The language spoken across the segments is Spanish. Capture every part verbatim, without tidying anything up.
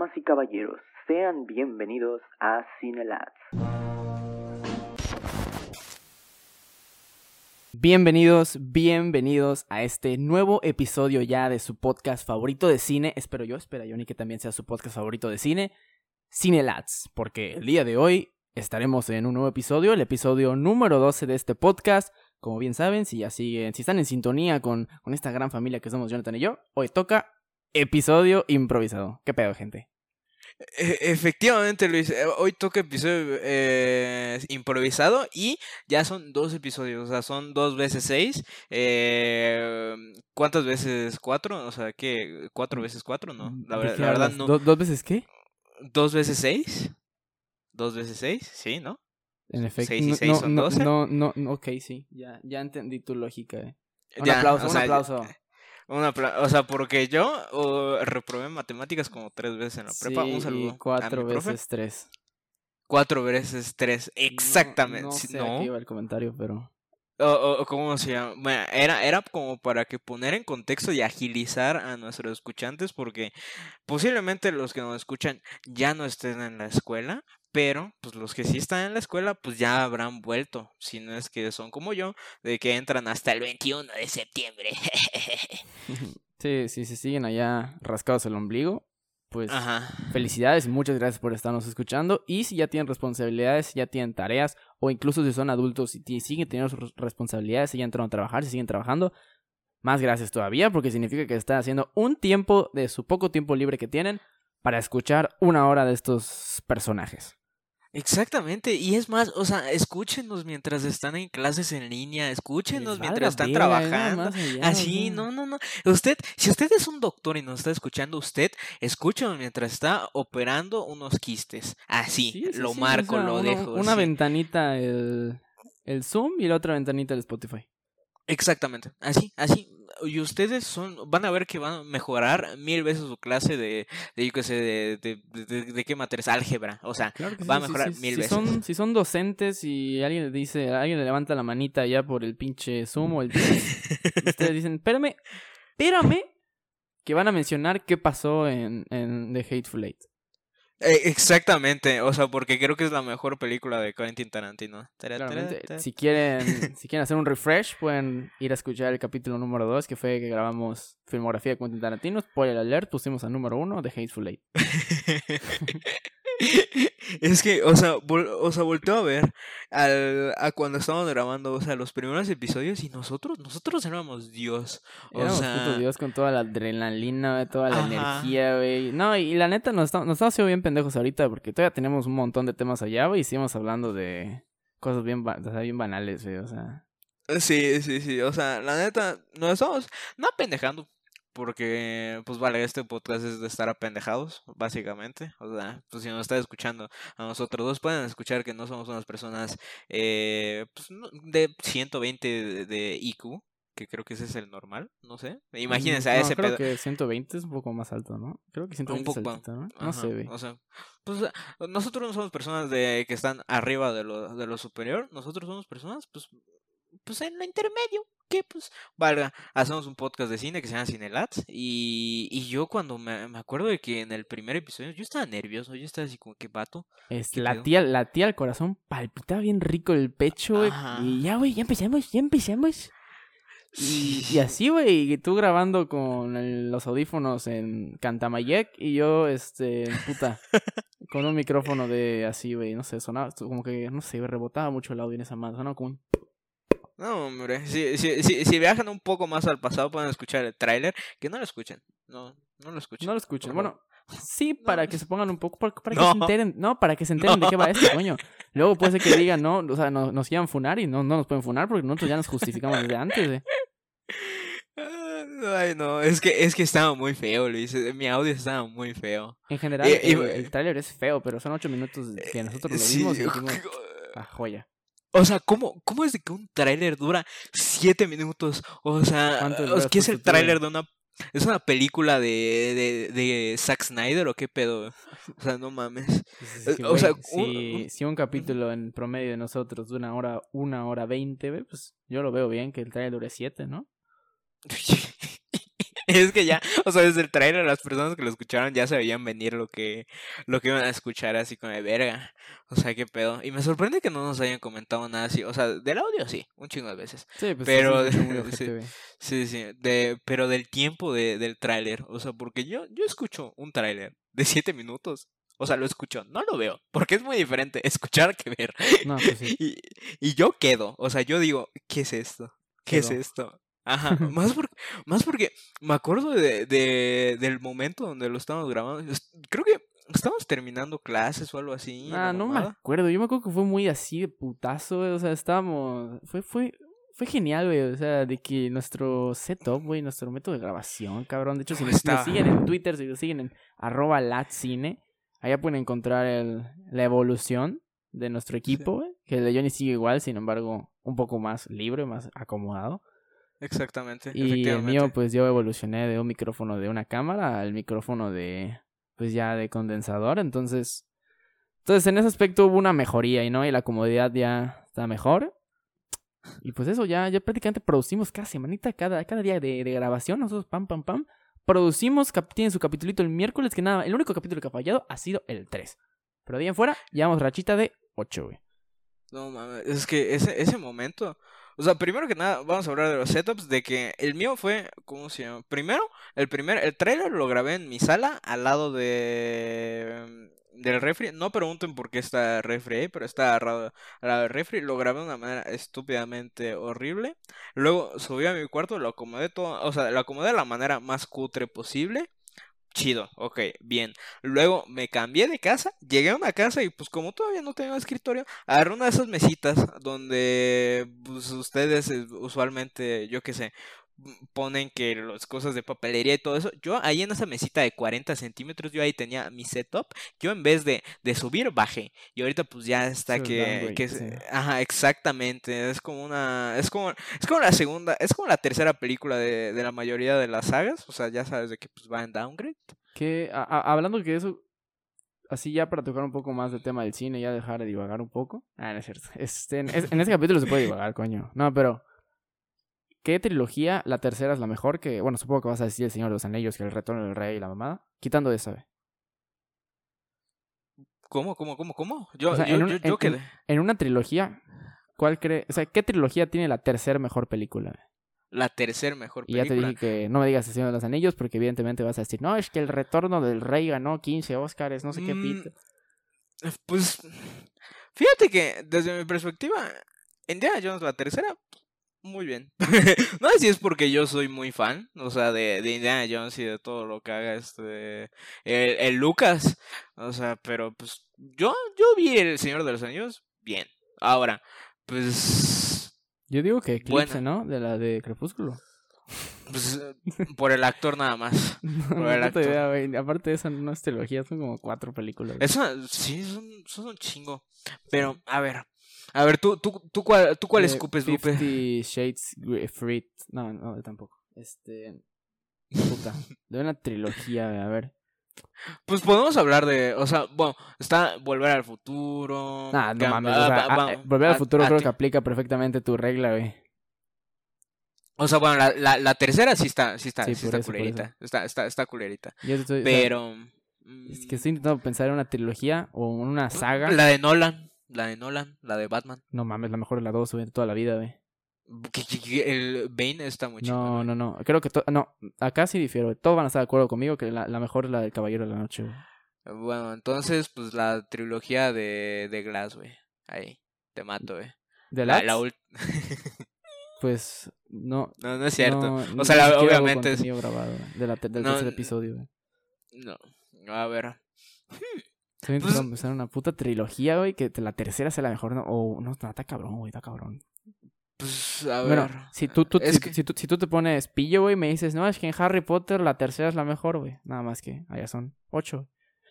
Damas y caballeros, sean bienvenidos a Cinelads. Bienvenidos, bienvenidos a este nuevo episodio ya de su podcast favorito de cine. Espero yo, espera Johnny que también sea su podcast favorito de cine, Cinelads, porque el día de hoy estaremos en un nuevo episodio, el episodio número doce de este podcast. Como bien saben, si ya siguen, si están en sintonía con, con esta gran familia que somos Jonathan y yo, hoy toca episodio improvisado. ¿Qué pedo, gente? E- Efectivamente, Luis, hoy toca episodio eh, improvisado y ya son dos episodios, o sea, son dos veces seis. Eh, ¿cuántas veces cuatro? O sea, ¿qué? ¿Cuatro veces cuatro? No, la, ¿De ver- qué la verdad hablas? no. ¿Do- ¿Dos veces qué? ¿Dos veces seis? ¿Dos veces seis? Sí, ¿no? En efecto, Seis y no, seis no, son no, doce. no, no, no, ok, sí, ya, ya entendí tu lógica. eh. Un Ya, aplauso, o un sea, aplauso. una pla- o sea, porque yo uh, reprobé matemáticas como tres veces en la prepa. Sí, Un y saludo a cuatro mi profe. veces tres. Cuatro veces tres, No, exactamente. no Sí, sé a qué No. iba el comentario, pero... O, o- o ¿cómo se llama? Bueno, era, era como para que poner en contexto y agilizar a nuestros escuchantes, porque posiblemente los que nos escuchan ya no estén en la escuela, pero pues los que sí están en la escuela, pues ya habrán vuelto, si no es que son como yo, de que entran hasta el veintiuno de septiembre. Sí, si se siguen allá rascados el ombligo, pues Ajá. felicidades y muchas gracias por estarnos escuchando. Y si ya tienen responsabilidades, si ya tienen tareas, o incluso si son adultos y ti- siguen teniendo sus responsabilidades, si ya entraron a trabajar, si siguen trabajando, más gracias todavía, porque significa que están haciendo un tiempo de su poco tiempo libre que tienen para escuchar una hora de estos personajes. Exactamente, y es más, o sea, escúchenos mientras están en clases en línea, escúchenos Les mientras valga están verga, nada trabajando, más allá, así, o sea. no, no, no, usted, si usted es un doctor y nos está escuchando, usted, escúchenos mientras está operando unos quistes, así, Sí, sí, lo sí, marco, o sea, lo uno- dejo, una sí. ventanita el, el Zoom y la otra ventanita el Spotify. Exactamente, así, así, y ustedes son, van a ver que van a mejorar mil veces su clase de, de yo qué sé, de, de, de, de- de qué materias, álgebra, o sea, Claro que va a sí, sí, mejorar sí, mil si veces. son, si son docentes y alguien le dice, alguien le levanta la manita ya por el pinche Zoom o el Teams, ustedes dicen, espérame, espérame, que van a mencionar qué pasó en, en The Hateful Eight. Eh, Exactamente, o sea, porque creo que es la mejor película de Quentin Tarantino. Tara, tara, Claramente, tara. si quieren, si quieren hacer un refresh, pueden ir a escuchar el capítulo número dos, que fue que grabamos filmografía de Quentin Tarantino. Spoiler alert, pusimos al número uno de Hateful Eight. Es que, o sea, vol- o sea, volteo a ver al, a cuando estábamos grabando, o sea, los primeros episodios y nosotros, nosotros éramos Dios. O Éramos puto sea, Dios con toda la adrenalina, güey, toda la Ajá. energía, güey. No, y la neta nos estamos, nos estamos haciendo bien pendejos ahorita porque todavía tenemos un montón de temas allá, güey, y seguimos hablando de cosas bien, ba- o sea, bien banales, güey, o sea. sí, sí, sí, o sea, la neta, nos estamos no apendejando. Porque, pues vale, este podcast es de estar apendejados, básicamente. O sea, pues si nos está escuchando a nosotros dos, pueden escuchar que no somos unas personas eh, pues, no- de ciento veinte de, de I Q, que creo que ese es el normal, no sé. Imagínense Mm, a No, ese creo pedo. que ciento veinte es un poco más alto, ¿no? Creo que ciento Un veinte es poco, altito, ¿no? No ajá, sé, güey. o sea, pues ah, nosotros no somos personas de que están arriba de lo, de lo superior, nosotros somos personas, pues, pues en lo intermedio, que pues, valga, hacemos un podcast de cine que se llama Cinelats, y, y yo cuando me, me acuerdo de que en el primer episodio yo estaba nervioso, yo estaba así como que vato, Es, ¿qué la pedo? tía, la tía al corazón palpitaba bien rico el pecho, güey. Ajá. Y ya, güey, ya empezamos, ya empezamos. Y, Sí. y así, güey, y tú grabando con el- los audífonos en Cantamayec y yo, este, en puta, con un micrófono de así, güey, no sé, sonaba como que, no sé, rebotaba mucho el audio en esa mano, sonaba como un... No, hombre, si, si, si, si viajan un poco más al pasado pueden escuchar el tráiler, que no lo escuchen, no, no lo escuchen. No lo escuchen, por bueno, sí, para No. que se pongan un poco, para, para que No. se enteren, no, para que se enteren de qué va esto, coño. Luego puede ser que digan, no, o sea, no, nos quieran funar y no, no nos pueden funar porque nosotros ya nos justificamos desde antes, güey. Ay, no, es que, es que estaba muy feo, Luis. eh, Mi audio estaba muy feo. En general, Y- y- el, el tráiler es feo, pero son ocho minutos que nosotros lo Sí, vimos y dijimos, ah, joya. o sea, ¿cómo, cómo es de que un tráiler dura siete minutos? O sea, ¿Cuánto le o- hubieras ¿qué es el puesto tú, tráiler güey? de una... ¿Es una película de, de, de Zack Snyder o qué pedo? O sea, no mames. Pues es Eh, que, O güey, sea, un- si, un- si un Ujú. capítulo en promedio de nosotros de una hora, una hora veinte, güey, pues yo lo veo bien que el trailer dure siete, ¿no? Es que ya, o sea, desde el trailer las personas que lo escucharon ya se veían venir lo que, lo que iban a escuchar así como de verga. O sea, qué pedo. Y me sorprende que no nos hayan comentado nada así. O sea, del audio sí, un chingo de veces. Sí, pues Pero, sí, sí, muy sí, ojete, güey. sí, sí, de, pero del tiempo de, del tráiler. O sea, porque yo, yo escucho un tráiler de siete minutos. O sea, lo escucho, no lo veo, porque es muy diferente escuchar que ver. No, pues sí. Y, y yo quedo, o sea, yo digo, ¿qué es esto? ¿Qué es Quedó. esto? Ajá, más, por, más porque me acuerdo de, de, del momento donde lo estábamos grabando. Es- Creo que estábamos terminando clases o algo así, la Ah, no me mamada. acuerdo. Yo me acuerdo que fue muy así de putazo, güey. O sea, estábamos. Fue, fue, fue genial, güey. O sea, de que nuestro setup, güey, nuestro método de grabación, cabrón. De hecho, si No, nos, estaba- nos siguen en Twitter, si nos siguen en arroba latcine, allá pueden encontrar el, la evolución de nuestro equipo, güey. Que el de Johnny sigue igual, sin embargo, un poco más libre, más acomodado. Exactamente, Y el efectivamente. mío, pues yo evolucioné de un micrófono de una cámara al micrófono de, pues ya de condensador. Entonces, entonces en ese aspecto hubo una mejoría y no, y la comodidad ya está mejor. Y pues eso, ya, ya prácticamente producimos cada semanita, cada, cada día de, de grabación. Nosotros, pam, pam, pam. Producimos, cap- tienen su capitulito el miércoles, que nada, el único capítulo que ha fallado ha sido el tres. Pero de ahí en fuera, llevamos rachita de ocho, güey. No mames, es que ese, ese momento. O sea, primero que nada, vamos a hablar de los setups. De que el mío fue, ¿cómo se llama? Primero, el primer, el trailer lo grabé en mi sala, al lado de del refri. No pregunten por qué está refri ahí, pero está al lado, al lado del refri. Lo grabé de una manera estúpidamente horrible. Luego subí a mi cuarto, lo acomodé todo, o sea, lo acomodé de la manera más cutre posible. Chido, ok, bien. Luego me cambié de casa, llegué a una casa y pues como todavía no tenía un escritorio, agarré una de esas mesitas donde pues ustedes eh, usualmente, yo qué sé, m- ponen que las cosas de papelería y todo eso. Yo ahí en esa mesita de cuarenta centímetros, yo ahí tenía mi setup. Yo en vez de, de subir, bajé. Y ahorita pues ya está Eso es que, downgrade, que es- sí. ajá, exactamente. Es como una, es como, es como la segunda, es como la tercera película de, de la mayoría de las sagas. O sea, ya sabes de que pues va en downgrade. Que, a- a- hablando que eso, así ya para tocar un poco más del tema del cine, ya dejar de divagar un poco. Ah, no es cierto. Este, en, es- en este capítulo se puede divagar, coño. No, pero, ¿qué trilogía? La tercera es la mejor que, bueno, supongo que vas a decir El Señor de los Anillos, que El Retorno del Rey y la mamada. Quitando de esa, güey. ¿Cómo, cómo, cómo, cómo? Yo, O sea, yo, en, un- yo, en, yo en- quedé. en una trilogía, ¿cuál cree? O sea, ¿qué trilogía tiene la tercera mejor película, güey? La tercer mejor Y ya te película. dije que no me digas El Señor de los Anillos, porque evidentemente vas a decir, no, es que El Retorno del Rey ganó quince Óscares, no sé qué Mm, pito. Pues, fíjate que desde mi perspectiva, Indiana Jones la tercera, muy bien. No sé si es porque yo soy muy fan, o sea, de, de Indiana Jones y de todo lo que haga este el, el Lucas, o sea, pero pues yo yo vi El Señor de los Anillos bien. Ahora, pues Yo digo que Eclipse, bueno, ¿no? De la de Crepúsculo. pues eh, por el actor nada más, No, por no el puta actor. idea, güey. Aparte de eso, no es trilogía, son como cuatro películas. güey. Es una- sí, son, son un chingo. Pero, a ver, a ver, tú, tú, tú cuál, tú cuál De escupes, Lupe. Fifty Shades Gre- Freed. No, no, tampoco. Este. Puta. De una trilogía, güey, a ver. Pues podemos hablar de, o sea, bueno, está Volver al Futuro. Nah, no Gam- mames. ah, O sea, va- a- va- eh, Volver al a- futuro a creo ti. que aplica perfectamente tu regla, güey. O sea, bueno, la, la, la tercera sí está, sí está, Sí, sí por está eso, por culerita. Está, está, está culerita. Yo estoy, o sea, Pero. es que mm, estoy intentando pensar en una trilogía o en una saga. La de Nolan. La de Nolan, la de Batman. No mames, la mejor de las dos, güey, de toda la vida, güey. Que- que- que El Bane está muy chingón. No, güey. no, no. Creo que to- no, acá sí difiero. güey. Todos van a estar de acuerdo conmigo que la, la mejor es la del Caballero de la Noche, güey. Bueno, entonces, pues la trilogía de, de Glass, güey. Ahí, te mato, güey. ¿De La, Lats? la ult- Pues no. No, no es cierto. No, o ni sea, la- siquiera hubo obviamente es... contenido grabado güey, de la te- del No, tercer episodio, güey. No, a ver. Estoy Pues- intentando empezar una puta trilogía, güey, que la tercera sea la mejor, ¿no? O no, no, está cabrón, güey, está cabrón. Pues, a Bueno, ver. si tú, tú, es si, que... si tú, si tú te pones pillo, güey, me dices, no, es que en Harry Potter la tercera es la mejor, güey. Nada más que allá son ocho.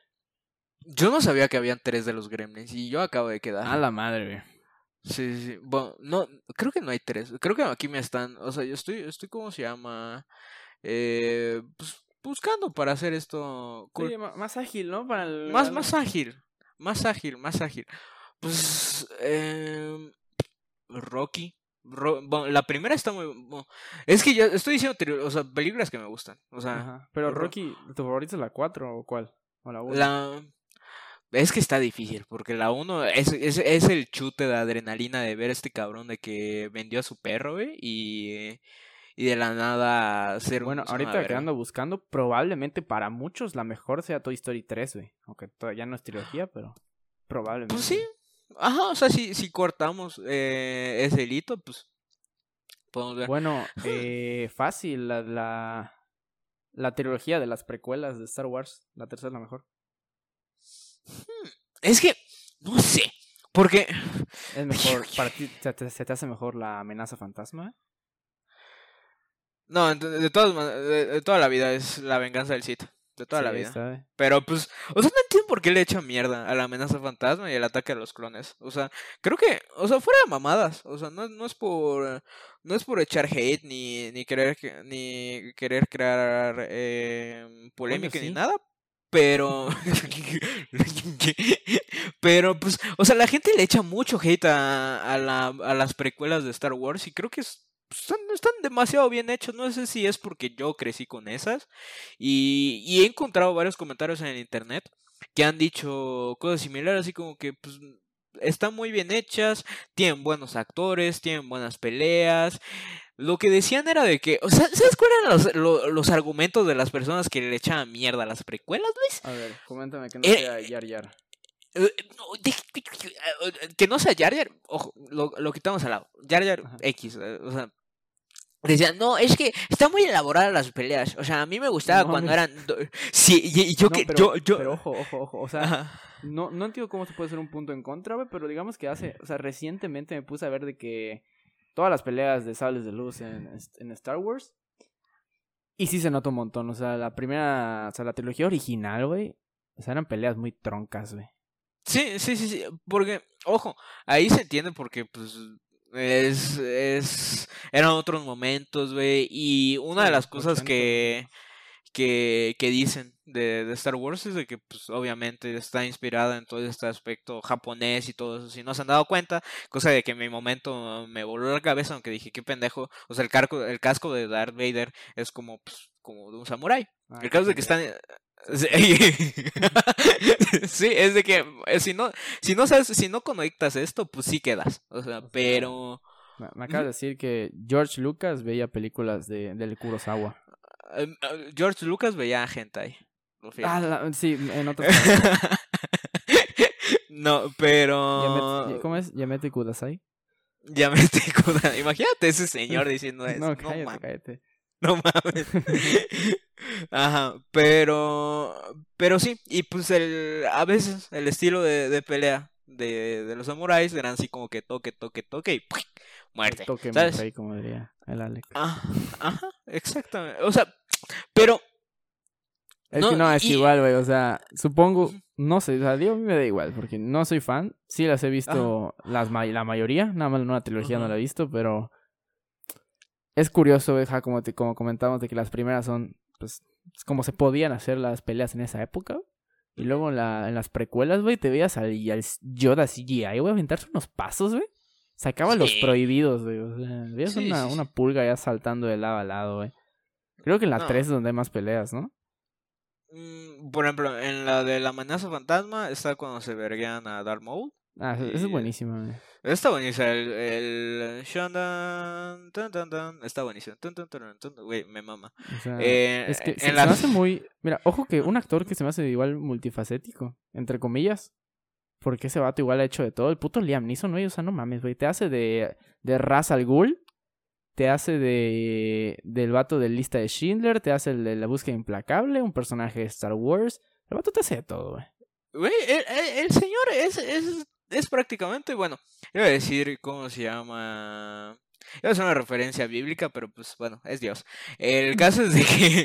Yo no sabía que habían tres de los Gremlins y yo acabo de quedar. A la madre, güey. Sí, sí, sí. Bueno, no, creo que no hay tres. Creo que aquí me están, o sea, yo estoy, estoy, ¿cómo se llama? Eh, pues, buscando para hacer esto cool. Sí, ma- más ágil, ¿no? Para el... Más, más ágil, más ágil, más ágil. Pues, eh, Rocky, Ro- bueno, la primera está muy... bueno, es que yo estoy diciendo, trio- o sea, películas que me gustan. O sea, Ajá. Pero Ro- Rocky, ¿tu favorito es la cuatro o cuál? ¿O la uno? la... Es que está difícil, porque la uno es, es, es el chute de adrenalina de ver a este cabrón de que vendió a su perro, güey, y, y de la nada ser, Bueno, un, ser una ahorita que verga. ando buscando, probablemente para muchos la mejor sea Toy Story tres, güey. Aunque todavía no es trilogía, pero probablemente. Pues sí, ajá, o sea, si, si cortamos eh, ese hilito, pues podemos ver. Bueno, eh, fácil, la, la, la trilogía de las precuelas de Star Wars, la tercera es la mejor. Es que, no sé, porque... Es mejor, para ti, ¿se te, se te hace mejor la amenaza fantasma? No, de, de todas man- de, de toda la vida es la venganza del Sith. De toda Sí, la vida. está, eh. Pero pues, o sea, no entiendo por qué le echan mierda a la amenaza fantasma y el ataque a los clones. O sea, creo que, o sea, fuera de mamadas. O sea, no, no es por, no es por echar hate ni, ni querer, que- ni querer crear eh, polémica sí. ni nada. Pero, pero pues, o sea, la gente le echa mucho hate a, a, la, a las precuelas de Star Wars y creo que es- están, están demasiado bien hechos. No sé si es porque yo crecí con esas y, y he encontrado varios comentarios en el internet que han dicho cosas similares, así como que pues están muy bien hechas, tienen buenos actores, tienen buenas peleas. Lo que decían era de que, o sea, ¿sabes cuáles eran los, lo- los argumentos de las personas que le echaban mierda a las precuelas, Luis? A ver, coméntame que no Eh, sea Yar Yar. Eh, no, de- que no sea Jar Jar, ojo, lo, lo quitamos al lado. Jar Jar Ajá. X, eh, o sea, decían, no, es que están muy elaboradas las peleas. O sea, a mí me gustaba No, cuando mira. eran. do- Sí, y, y yo No, que. pero, yo, yo... pero ojo, ojo, ojo. O sea, Ajá. no, no entiendo cómo se puede ser un punto en contra, güey, pero digamos que hace, o sea, recientemente me puse a ver de que todas las peleas de sables de luz en, en Star Wars, y sí se nota un montón, o sea, la primera, o sea, la trilogía original, güey, o sea, eran peleas muy troncas, güey. Sí, sí, sí, sí, porque, ojo, ahí se entiende porque, pues, es, es, eran otros momentos, güey, y una Sí, de las los cosas ochenta, que, que, que dicen de, de Star Wars es de que, pues, obviamente está inspirada en todo este aspecto japonés y todo eso, si no se han dado cuenta, cosa de que en mi momento me voló la cabeza, aunque dije, qué pendejo, o sea, el, carco, el casco de Darth Vader es como, pues, como de un samurái. Ah, El qué caso es de que pendejo. están... Sí, sí, es de que eh, si no, si no sabes, si no conectas esto, pues sí quedas. O sea, O sea, pero Me, me acabas de decir que George Lucas veía películas de, del Kurosawa. eh, eh, George Lucas veía a hentai. Lo firmo. Ah, la- sí, en otras palabras. No, Yamet- pero ¿Cómo es? Yamete Kudasai. ya me estoy acordando. Imagínate ese señor diciendo eso. No, No, cállate, mames. cállate. No mames. Ajá, pero pero sí, y pues el a veces el estilo de, de pelea de, de los samuráis eran así como que toque, toque, toque y ¡pui! Muerte, El toque ¿sabes? Mutei, como diría el Alex. Ah, ajá, exactamente. O sea, pero Es no, que no, es que y- igual, güey, o sea, supongo, Ujú. no sé, o sea, digo, a mí me da igual, porque no soy fan, sí las he visto, las ma- la mayoría, nada más una trilogía no Ajá. la he visto, pero es curioso, güey, ja, como, te, como comentamos, de que las primeras son, pues, es como se podían hacer las peleas en esa época, güey. Y luego en, la, en las precuelas, güey, te veías al, y al Yoda C G I, güey, aventarse unos pasos, güey. Sacaba los Sí. prohibidos, güey, o sea, veías Sí, una, sí, una sí. pulga ya saltando de lado a lado, güey. Creo que en la No. tres es donde hay más peleas, ¿no? Mm, por ejemplo, en la de la amenaza fantasma está cuando se verguean a Darth Maul. Ah, esa Y, esa es buenísima, güey. Está buenísimo el, el Shandan, tan, tan, tan, está buenísimo. Tun, tun, turun, tun, güey, me mama. O sea, Eh, es que en se, se las- me hace muy... Mira, ojo que un actor que se me hace igual multifacético, entre comillas. Porque ese vato igual ha hecho de todo. El puto Liam Neeson, güey, o sea, no mames, güey. Te hace de, de Ra's al Ghul, te hace de del vato de Lista de Schindler, te hace el de La Búsqueda Implacable, un personaje de Star Wars. El vato te hace de todo, güey. Güey, el, el- el señor es, es, es prácticamente, bueno, iba a decir cómo se llama. Iba a hacer una referencia bíblica, pero pues bueno, es Dios. El caso es de que.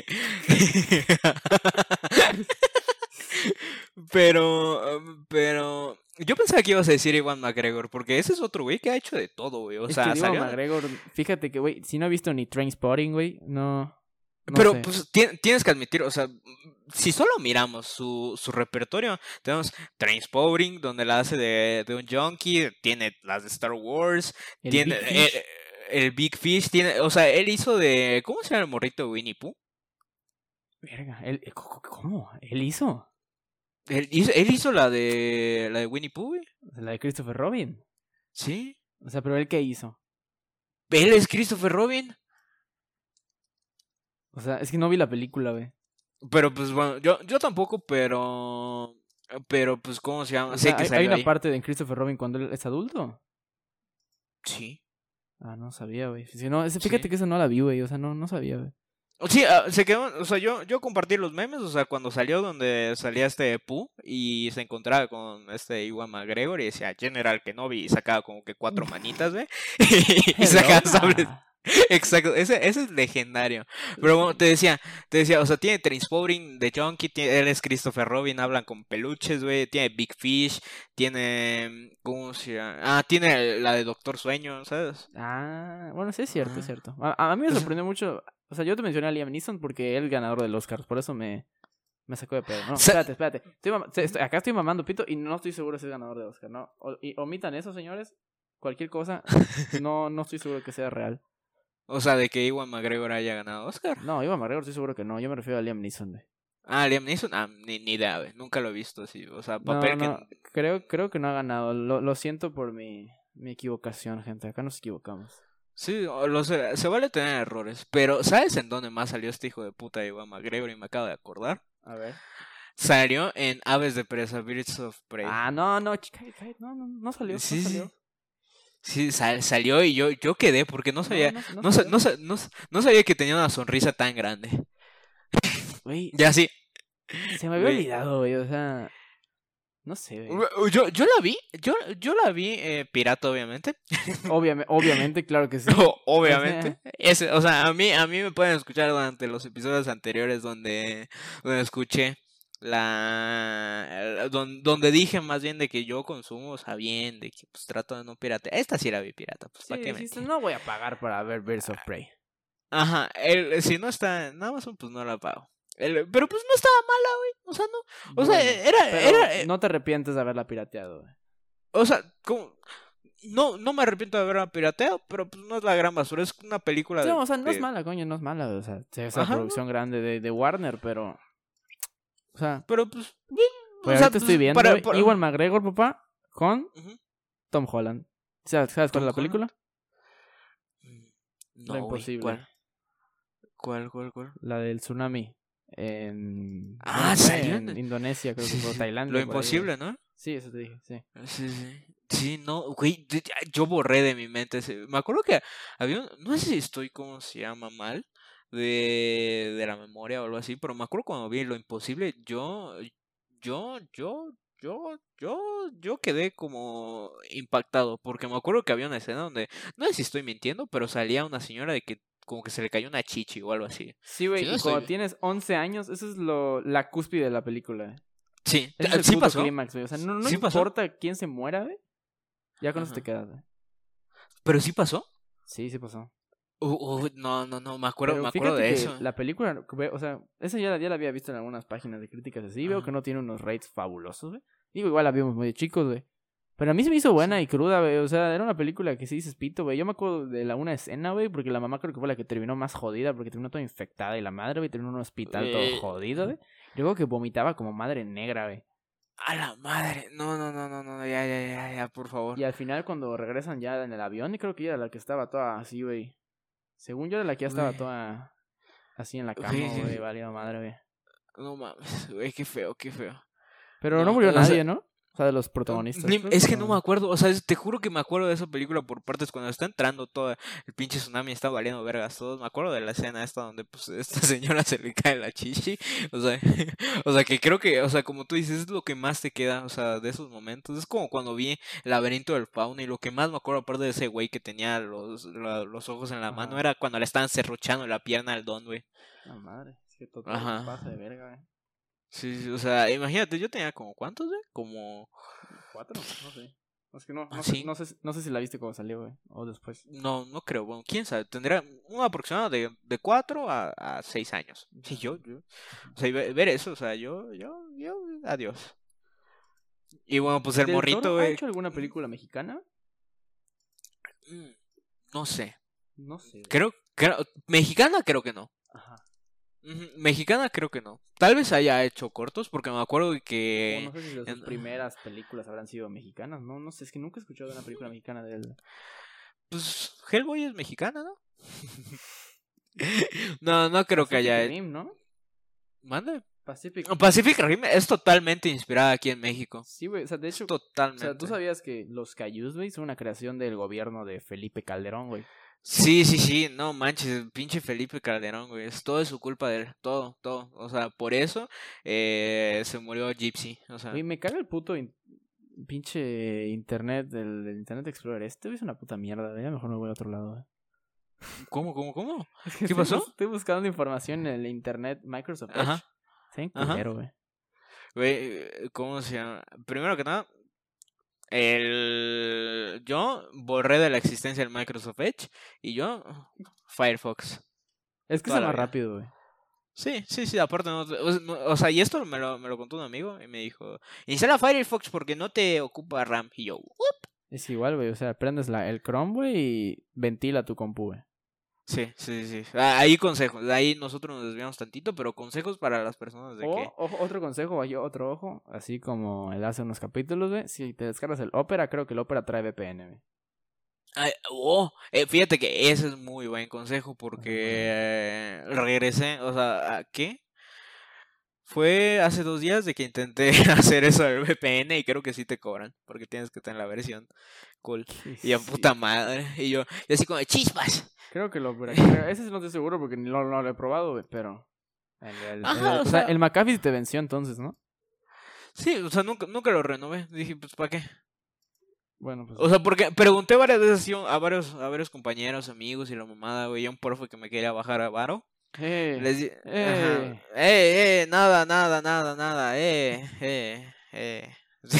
pero, um, pero. Yo pensaba que ibas a decir Iwan McGregor, porque ese es otro güey que ha hecho de todo, güey. O es sea, que digo, salió. McGregor, fíjate que, güey, si no he visto ni Trainspotting, güey, no... no Pero sé. pues ti- tienes que admitir, o sea, si solo miramos su, su repertorio, tenemos Trainspotting, donde la hace de, de un junkie, tiene las de Star Wars, El tiene Big Fish. eh, el Big Fish tiene, o sea, él hizo de, ¿cómo se llama el morrito de Winnie Pooh? Verga, él, eh, co- co- ¿cómo? ¿Él hizo? Él hizo, él hizo la de, la de Winnie Pooh, güey. La de Christopher Robin. Sí. O sea, pero él qué hizo. Él es Christopher Robin. O sea, es que no vi la película, güey. Pero pues bueno, yo, yo tampoco, pero, pero pues, ¿cómo se llama? O Sé sea, que hay, hay salió una ahí. parte de Christopher Robin cuando él es adulto. Sí. Ah, no sabía, güey. Si no, ese- fíjate Sí. que esa no la vi, güey. O sea, no, no sabía, güey. Sí, ah, se quedó, o sea, yo, yo compartí los memes, o sea, cuando salió donde salía este Pooh y se encontraba con este Iwan McGregor y decía General Kenobi y sacaba como que cuatro manitas, ¿ve? y sacaba sables. Hello. Exacto, ese, ese es legendario. Pero bueno, te decía, te decía, o sea, tiene Trainspotting de Junkie, tiene, él es Christopher Robin, hablan con peluches, güey, tiene Big Fish, tiene, ¿cómo se llama? Ah, tiene la de Doctor Sueño, ¿sabes? Ah, bueno, sí es cierto, es Ah. cierto. A, a mí me O sea- sorprendió mucho. O sea, yo te mencioné a Liam Neeson porque él es el ganador del Oscar. Por eso me, me sacó de pedo. No, Sa- espérate, espérate. Estoy mam- se- estoy- acá estoy mamando pito y no estoy seguro si es ganador de Oscar, ¿no? O- y omitan eso, señores. Cualquier cosa, no, no estoy seguro que sea real. O sea, de que Iwan McGregor haya ganado Oscar. No, Ivan McGregor estoy seguro que no. Yo me refiero a Liam Neeson, güey. Ah, Liam Neeson, ah, ni, ni idea, güey, nunca lo he visto así, o sea, No, papel no, que... creo, creo que no ha ganado. Lo, lo siento por mi, mi equivocación, gente. Acá nos equivocamos. Sí, o lo sé, se vale tener errores, pero ¿sabes en dónde más salió este hijo de puta de Iwan McGregor? Y me acabo de acordar. A ver. Salió en Aves de Presa, Birds of Prey. Ah, no, no, chica, no, no, no salió, sí, no sí. salió. Sí, sal- salió y yo, yo quedé porque no sabía, no, no no, sa- salió. no, sa- no, sa- no sabía que tenía una sonrisa tan grande. Güey, Ya sí, se me había güey. olvidado, güey, o sea, no sé, güey. yo, yo la vi, yo, yo la vi eh, pirata, obviamente. Obviamente, obviamente, claro que sí. O- obviamente. Ese, o sea, a mí, a mí me pueden escuchar durante los episodios anteriores donde, donde escuché la, la- don- donde dije más bien de que yo consumo, o sea, bien, de que pues trato de no piratear. Esta sí la vi pirata, pues Sí, para qué dijiste, mentir. no voy a pagar para ver Birds of Prey. Ajá, el, si no está en Amazon, pues no la pago. El- pero pues no estaba mala, güey. O sea, no. O sea, Bueno, era, pero era, eh, no te arrepientes de haberla pirateado, güey. o sea, como, no, no me arrepiento de haberla pirateado, pero pues no es la gran basura, es una película Sí, de, o sea, no es de- mala, coño, no es mala, o sea, es una Ajá, ¿no? producción grande de, de Warner, pero, o sea, pero pues bien. pues o sea, ahorita estoy pues, viendo, para- güey, para- Ewan McGregor, papá, con Ujú. Tom Holland. ¿Sabes, sabes cuál ¿Tom es la película? No, Lo güey, Imposible. ¿cuál? ¿Cuál, cuál, cuál? La del tsunami. En, Ah, ¿dónde fue? salió en en- Indonesia, creo que Sí, fue, sí, Tailandia. Lo por ahí, güey. imposible, ¿no? Sí, eso te dije, sí. Sí, sí. Sí, no, güey, yo- yo borré de mi mente ese. Me acuerdo que había un- no sé si estoy, ¿cómo se llama? Mal de, de la memoria o algo así, pero me acuerdo cuando vi Lo Imposible, yo, yo, yo, yo, yo, yo quedé como impactado, porque me acuerdo que había una escena donde, no sé si estoy mintiendo, pero salía una señora de que como que se le cayó una chichi o algo así. Sí, güey, Sí, no y cuando estoy- tienes once años, eso es lo, la cúspide de la película. eh. Sí, Ese es el sí puto pasó, clímax, güey. O sea, no, no ¿Sí pasó? importa quién se muera, güey. Ya con eso te Ajá. quedas, güey. pero sí pasó. Sí, sí pasó. Uh, uh, no, no, no, me acuerdo, Pero me acuerdo fíjate de que eso. la película, ve- o sea, esa ya, la- ya la había visto en algunas páginas de críticas así. Veo Ajá. que no tiene unos rates fabulosos, güey. Digo, igual la vimos muy de chicos, güey. Pero a mí se me hizo buena y cruda, güey. O sea, era una película que sí dices pito, güey. Yo me acuerdo de la una escena, güey, porque la mamá creo que fue la que terminó más jodida, porque terminó toda infectada y la madre, güey, terminó en un hospital todo Eh. jodido, güey. Y luego que vomitaba como madre negra, güey. A la madre. No, no, no, no, no, ya, ya, ya, ya, por favor. Y al final cuando regresan ya en el avión, y creo que ella era la que estaba toda así, güey. Según yo era la que ya estaba Güey. toda así en la cama, Güey, sí, güey, sí. valido madre, güey. No mames, güey, qué feo, qué feo. Pero no, No, murió o sea, nadie, ¿no? O sea, de los protagonistas. Ni- Creo es que no me acuerdo, o sea, es- te juro que me acuerdo de esa película por partes cuando está entrando todo el pinche tsunami, está valiendo vergas todos. Me acuerdo de la escena esta donde pues esta señora se le cae la chichi, o sea, o sea que creo que, o sea, como tú dices, es lo que más te queda, o sea, de esos momentos. Es como cuando vi el laberinto del fauno y lo que más me acuerdo aparte de ese güey que tenía los, la- los ojos en la mano Ajá. era cuando le estaban serruchando la pierna al don, güey. No, madre. Es que todo Ajá. pasa de verga, güey. Sí, sí, o sea, imagínate, yo tenía como cuántos, güey, como ¿Cuatro? No sé. Es que no, no, Ah, sé, sí. no, sé, no sé si la viste cuando salió, güey. O después. No, no creo. Bueno, quién sabe. Tendría un aproximado de, de cuatro a, a seis años. Sí, yo, yo. O sea, y ve- ver eso, o sea, yo, yo, yo, adiós. Y bueno, pues el ¿Del morrito, Toro ha güey. hecho alguna película mexicana? mm, No sé. No sé. Creo, creo, mexicana creo que no. Ajá. Ujú, Mexicana creo que no. Tal vez haya hecho cortos, porque me acuerdo O que... no sé si de sus en- primeras películas habrán sido mexicanas. No, no sé, es que nunca he escuchado de una película mexicana de él. Pues Hellboy es mexicana, ¿no? No, no creo que Pacific haya... Rim, ¿no? ¿Mande? Pacific. Pacific Rim es totalmente inspirada aquí en México. Sí, güey, o sea, de Es hecho, o totalmente. sea, ¿tú sabías que los Cayús, güey, son una creación del gobierno de Felipe Calderón, güey? Sí, sí, sí, no manches, pinche Felipe Calderón, güey, es todo es su culpa de él, todo, todo, o sea, por eso eh, se murió Gypsy, o sea, Güey, me caga el puto in- pinche internet del, del Internet Explorer. Este güey es una puta mierda, güey. Ya mejor me voy a otro lado, güey. ¿cómo, cómo, cómo? Es que ¿Qué estoy pasó? bus- Estoy buscando información en el internet Microsoft Edge. Ajá, Está bien ajá. culero, güey. Güey, eh, ¿cómo se llama? Primero que nada, el... yo borré de la existencia el Microsoft Edge y yo Firefox, Es que toda es la más vida. rápido, güey. Sí, sí, sí, aparte no, o sea, no- o sea, y esto me lo, me lo contó un amigo y me dijo, instala Firefox porque no te ocupa RAM, y yo, Es igual, güey. O sea, prendes la, el Chrome, güey, y ventila tu compu, güey. sí, sí, sí. Ah, ahí consejos. De ahí nosotros nos desviamos tantito, pero consejos para las personas de O, que. ojo, otro consejo, hay otro ojo, así como él hace unos capítulos, güey. Si te descargas el Opera, creo que el Opera trae V P N, güey. Ay, oh, eh, fíjate que ese es muy buen consejo porque eh, regresé, o sea, ¿a qué? Fue hace dos días de que intenté hacer eso del V P N y creo que sí te cobran porque tienes que tener la versión cool. Y a Sí. puta madre. Y yo, y así como, chispas. Creo que el Opera. creo- Ese sí no estoy seguro porque no, no lo he probado, güey, pero. El, el, Ajá, el- o o sea, sea- el McAfee te venció entonces, ¿no? Sí, o sea, nunca, nunca lo renové. Dije, pues, ¿para qué? Bueno, pues. O sea, porque pregunté varias veces así a varios, a varios compañeros, amigos y la mamada, güey, y a un profe que me quería bajar a varo. eh, Les di, eh. ajá, eh, eh, nada, nada, nada, nada, eh, eh, eh.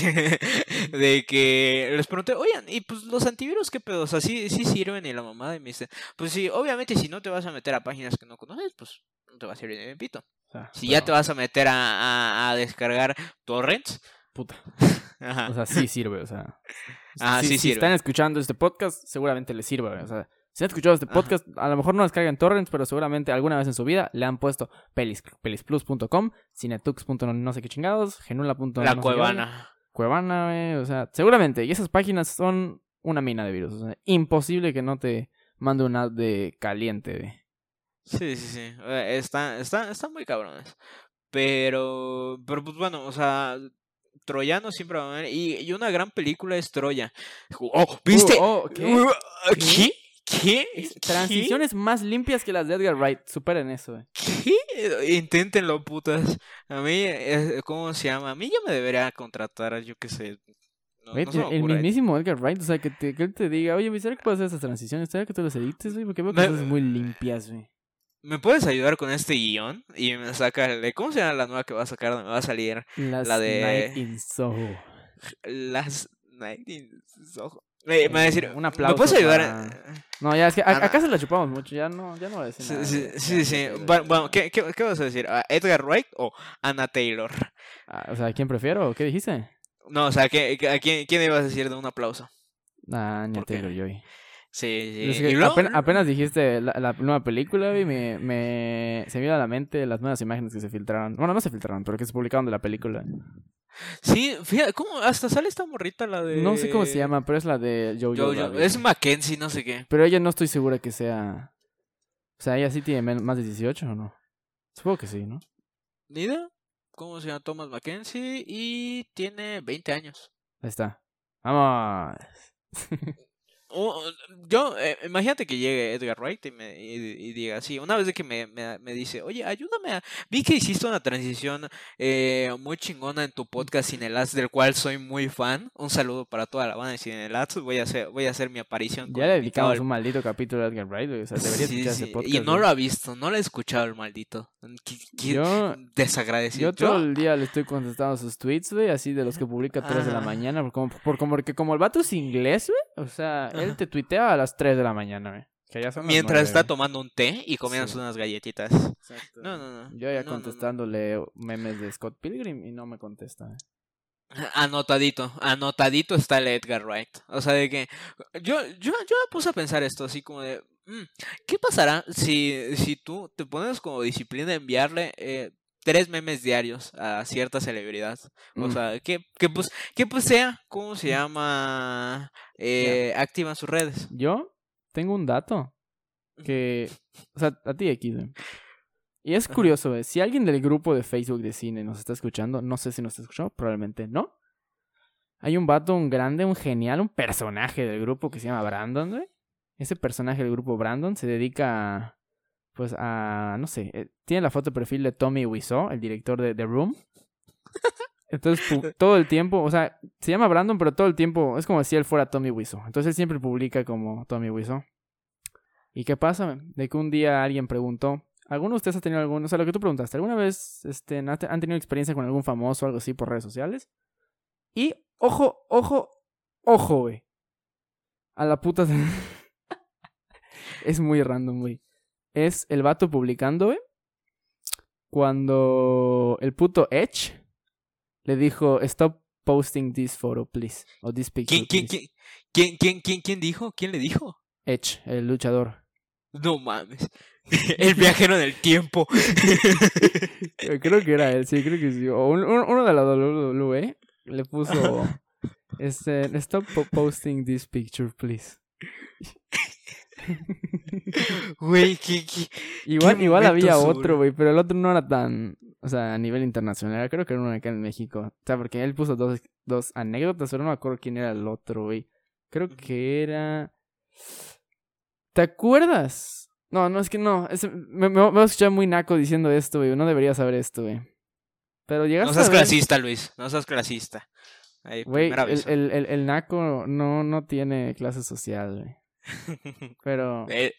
De que les pregunté, oigan, y pues los antivirus, ¿qué pedo? O sea, sí, sí sirven y la mamada, y me dice, pues sí, obviamente si no te vas a meter a páginas que no conoces, pues no te va a servir de pito. O sea, Si ya pero, te vas a meter a, a, a descargar torrents, puta. ajá, O sea, sí sirve, o sea. Ah, si, sí si sirve. están escuchando este podcast, seguramente les sirve, güey. O sea, si han escuchado este Ajá. podcast, a lo mejor no descargan torrents, pero seguramente alguna vez en su vida le han puesto pelis, pelisplus punto com, cinetux punto no, no sé qué chingados, genula punto la no sé qué verga, cuevana. Cuevana, güey, o sea, seguramente. Y esas páginas son una mina de virus. O sea, imposible que no te mande un ad de caliente, güey. Sí, sí, sí. eh, Está, está, están muy cabrones. Pero, pero pues bueno, o sea, Troyano siempre va a haber. Y, y una gran película es Troya. Oh, ¿viste? Uh, oh, ¿qué? Uh, ¿Qué? ¿Qué? ¿Qué? Es- ¿Qué? transiciones más limpias que las de Edgar Wright. Superen eso, güey. ¿Qué? Inténtenlo, putas. A mí, eh, ¿cómo se llama? A mí ya me debería contratar, yo qué sé. No, Güey, no se me el, el ocurre. mismísimo Edgar Wright, o sea, que, te, que él te diga, oye, ¿será que puedes hacer esas transiciones? ¿Será que tú las edites, güey? Porque veo que Me- son muy limpias, güey. ¿Me puedes ayudar con este guión? Y me saca el de. ¿Cómo se llama la nueva que va a sacar? Me va a salir. Las La de- Night in Soho. Las Night in Soho. Me, me va a decir. Un aplauso ¿Me puedes ayudar? para- No, ya es que a- Ah, acá no. se la chupamos mucho, ya no, ya no voy a decir Sí, nada. sí, güey. sí. Ya, sí. ya, ya, Bueno, ya. bueno, ¿qué, qué, qué vas a decir? ¿A ¿Edgar Wright o Anna Taylor? Ah, o sea, ¿quién prefiero? ¿Qué dijiste? No, o sea, ¿qué, qué- a quién, quién ibas a decir de un aplauso? Ah, ni a ¿Por qué? Taylor Joy. Sí, sí. Es que Y luego- apenas, apenas dijiste la, la nueva película, güey, me, me, se me vino a la mente las nuevas imágenes que se filtraron. Bueno, no se filtraron, pero que se publicaron de la película. Sí, fíjate, ¿cómo? Hasta sale esta morrita la de. No sé cómo se llama, pero es la de Jojo. Jojo. Rabbit, Es güey. Mackenzie, no sé qué. Pero ella no estoy segura que sea... O sea, ella sí tiene men- más de dieciocho o no. Supongo que sí, ¿no? Ni idea. ¿Cómo se llama? Thomas Mackenzie y tiene veinte años. Ahí está. Vamos. Oh, yo, eh, imagínate que llegue Edgar Wright y, me, y, y diga así, una vez de que me, me, me dice, oye, ayúdame a... Vi que hiciste una transición eh, muy chingona en tu podcast Cinelats, del cual soy muy fan. Un saludo para toda la banda de Cinelats. Voy a hacer, voy a hacer mi aparición. Ya le invitado dedicamos al- un maldito capítulo a Edgar Wright, güey. O sea, debería Sí, escuchar sí, ese podcast. y no güey. lo ha visto, no lo he escuchado el maldito. Qué, qué Yo- desagradecido. Yo todo el día le estoy contestando sus tweets, güey, así de los que publica a tres de la Ah. mañana. Por como, por como, porque como el vato es inglés, güey. O sea, él Ajá. te tuitea a las tres de la mañana, güey. Que ya son las Mientras nueve, está güey. tomando un té y comiéndose Sí. unas galletitas. Exacto. No, no, no. Yo ya no, no, no. contestándole memes de Scott Pilgrim y no me contesta. güey. Anotadito, anotadito está el Edgar Wright. O sea, de que yo, yo, yo me puse a pensar esto, así como de, Mm, ¿Qué pasará si, si tú te pones como disciplina enviarle eh, tres memes diarios a cierta celebridad? O Mm, sea, que, que pues, que pues sea, ¿cómo se llama? mira, Eh, activa en sus redes. yo tengo un dato Ujú. que, o sea, a ti X, güey. Y es Ajá. curioso, güey. Si alguien del grupo de Facebook de cine nos está escuchando, no sé si nos está escuchando, probablemente no. Hay un vato, un grande, un genial, un personaje del grupo que se llama Brandon, güey. Ese personaje del grupo Brandon se dedica a, pues a, no sé, eh, tiene la foto de perfil de Tommy Wiseau, el director de The Room. Entonces, pu- todo el tiempo, o sea, se llama Brandon, pero todo el tiempo es como si él fuera Tommy Wiseau. Entonces, él siempre publica como Tommy Wiseau. ¿Y qué pasa? güey? De que un día alguien preguntó, ¿alguno de ustedes ha tenido algún, o sea, lo que tú preguntaste, ¿alguna vez este, han han tenido experiencia con algún famoso o algo así por redes sociales? Y, ojo, ojo, ojo, güey. A la puta. de- Es muy random, güey. Es el vato publicando, güey. Cuando el puto Edge le dijo, stop posting this photo, please. O this picture, ¿Quién, quién, please. quién, quién, quién, quién, quién dijo? ¿Quién le dijo? Edge, el luchador. No mames. El viajero en el tiempo. Creo que era él, sí, creo que sí. O un- un- uno de la W W E le puso, este, stop po- posting this picture, please. Güey, qué, qué, Igual, qué igual momento había sur. otro, güey, pero el otro no era tan, o sea, a nivel internacional. Creo que era uno acá en México. O sea, porque él puso dos, dos anécdotas, pero no me acuerdo quién era el otro, güey. Creo que era... ¿Te acuerdas? No, no, es que no. Es- me, me, me voy a escuchar muy naco diciendo esto, güey. No debería saber esto, güey. Pero No llegaste seas a ver... clasista, Luis. No seas clasista. Ahí, Güey, primer el, aviso. el, el, el naco no, no tiene clase social, güey. Pero... Eh,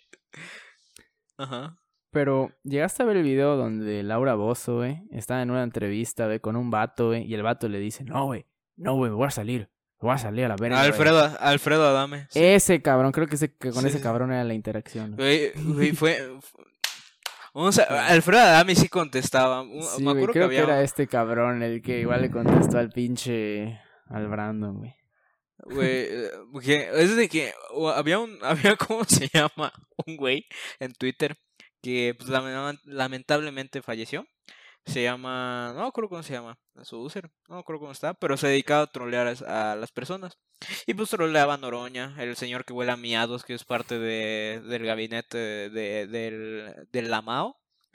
Ajá. Pero llegaste a ver el video donde Laura Bozzo, güey, está en una entrevista, güey, con un vato, güey, y el vato le dice, no, güey, no, güey, me voy a salir, me voy a salir a la verga, güey". Alfredo, Alfredo Adame. Sí, Ese cabrón, creo que, ese, que con sí, ese sí. cabrón era la interacción. güey. Güey, güey, fue. fu- Vamos a- Sí. Alfredo Adame sí contestaba. Un- Sí, Me güey, acuerdo que creo que, había. era este cabrón el que igual le contestó al pinche, al Brandon, güey. Güey, eh, porque es de que o había un. Había, ¿cómo se llama? Un güey en Twitter que pues, lamen- lamentablemente falleció. Se llama. No me acuerdo cómo se llama. Su user. No me acuerdo cómo está. Pero se dedicaba a trolear a, a las personas. Y pues troleaba a Noroña, el señor que huele a miados, que es parte de, del gabinete de, de- del, del Lamao.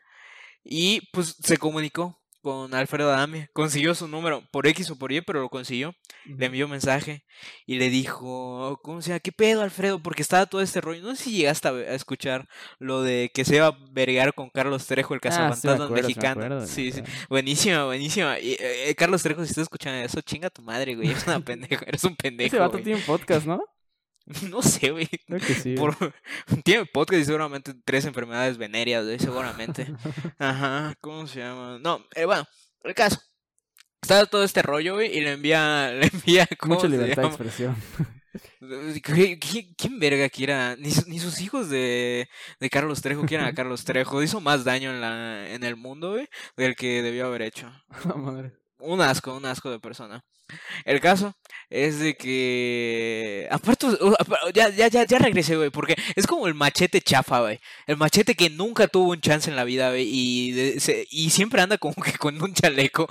Y pues se comunicó con Alfredo Adame. Consiguió su número por X o por Y, pero lo consiguió. Le envió mensaje y le dijo, ¿cómo se llama? ¿Qué pedo, Alfredo? Porque estaba todo este rollo. No sé si llegaste a, ve- a escuchar lo de que se iba a vergar con Carlos Trejo, el Ah, sí me cazafantasmas acuerdo, sí me mexicano. acuerdo, me Sí, sí. acuerdo. Buenísima, buenísima. Y, eh, eh, Carlos Trejo, si estás escuchando eso, chinga tu madre, güey. Eres una pendeja, eres un Ese pendejo, vato güey. tiene un podcast, ¿no? No sé, güey. Creo que sí, Por... güey. Tiene podcast y seguramente tres enfermedades venéreas, güey, seguramente. Ajá, ¿cómo se llama? No, eh, bueno, el caso. Estaba todo este rollo, güey, y le envía, le envía, ¿cómo Mucha se libertad de llama? expresión. ¿Qui- qui- ¿Quién verga quiera? Ni, su- ni sus hijos de, de Carlos Trejo quieran a Carlos Trejo. Hizo más daño en la en el mundo, güey, del que debió haber hecho. La madre. Un asco, un asco de persona. El caso es de que... Aparte, o- apa- ya, ya, ya, ya regresé, güey, porque es como el machete chafa, güey. El machete que nunca tuvo un chance en la vida, güey, y, de- se- y siempre anda como que con un chaleco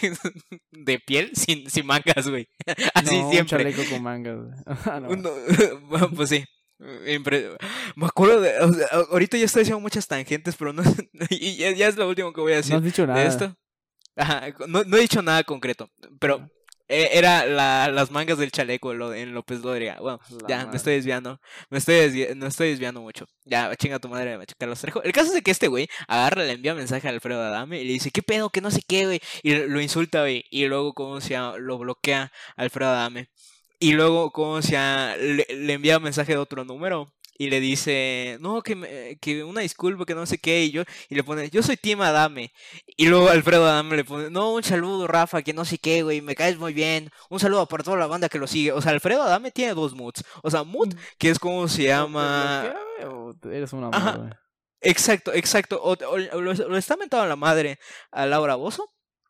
de piel sin, sin mangas, güey. Así No, un siempre. chaleco con mangas, güey. Ah, no. Uno- bueno, pues sí. Impre- Me acuerdo de... o sea, ahorita ya estoy haciendo muchas tangentes, pero no... Y ya, ya es lo último que voy a No decir has dicho nada. de esto. Ajá, no, no he dicho nada concreto, pero Ah, eh, era la, las mangas del chaleco lo, en López Dóriga. Bueno, la ya, madre. me estoy desviando. Me estoy desvi- me estoy desviando mucho. Ya, chinga tu madre, me Carlos Trejo. El caso es de que este güey agarra, le envía mensaje a Alfredo Adame y le dice, ¿qué pedo? Que no sé qué, güey. Y lo lo insulta, güey. Y luego, ¿cómo se llama? Lo bloquea a Alfredo Adame. Y luego, ¿cómo se llama? Le, le envía mensaje de otro número. Y le dice, no, que, me- que una disculpa, que no sé qué. Y yo, y le pone, yo soy Team Adame. Y luego Alfredo Adame le pone, no, un saludo, Rafa, que no sé qué, güey, me caes muy bien. Un saludo para toda la banda que lo sigue. O sea, Alfredo Adame tiene dos moods. O sea, mood, que es como se ¿O te llama... bloquea, güey, o te- eres un amor, Ajá. güey? Exacto, exacto. O, o- o lo, lo está mentando la madre a Laura Bozzo.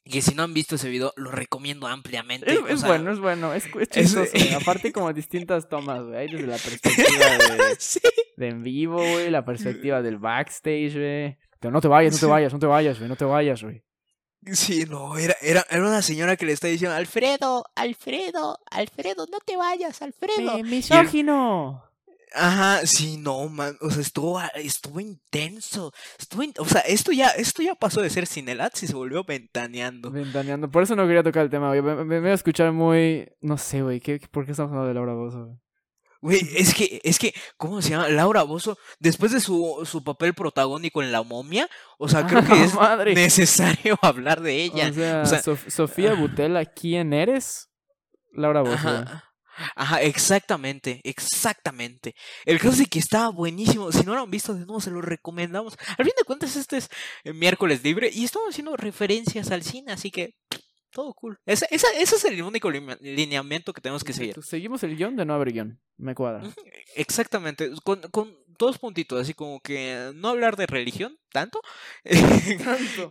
Que si no han visto ese video, lo recomiendo ampliamente. Es, o es sea, bueno, es bueno, es, es chistoso, es- güey. Aparte como distintas tomas, güey. Hay desde la perspectiva de, sí. de en vivo, güey, la perspectiva del backstage, güey. Pero no te vayas, no te Sí. vayas, no te vayas, güey, no te vayas, güey. Sí, no, era, era, era una señora que le está diciendo, Alfredo, Alfredo, Alfredo, no te vayas, Alfredo. Mi- Y el- misógino. Ajá, sí, no, man, o sea, estuvo, estuvo intenso, estuvo, in- o sea, esto ya, esto ya pasó de ser Cinelats y se volvió ventaneando. Ventaneando. Por eso no quería tocar el tema, güey. Me, me, me voy a escuchar muy... No sé, güey. ¿qué, ¿Por qué estamos hablando de Laura Bozzo, güey? Güey, es que, es que, ¿cómo se llama? Laura Bozzo, después de su, su papel protagónico en La Momia, o sea, creo ¡Ah, que es madre! necesario hablar de ella. O sea, O sea, Sof- Sofía Butela, ¿quién eres? Laura Bozzo, güey. Ajá, ajá, exactamente, exactamente. El caso es de que estaba buenísimo. Si no lo han visto de nuevo, se lo recomendamos. Al fin de cuentas, este es eh, miércoles libre y estamos haciendo referencias al cine, así que todo cool. Ese, esa- ese es el único line- lineamiento que tenemos que seguir. Exacto, seguimos el guión de no haber guión. Me cuadra. Ujú, exactamente, con, con dos puntitos, así como que no hablar de religión tanto. Tanto.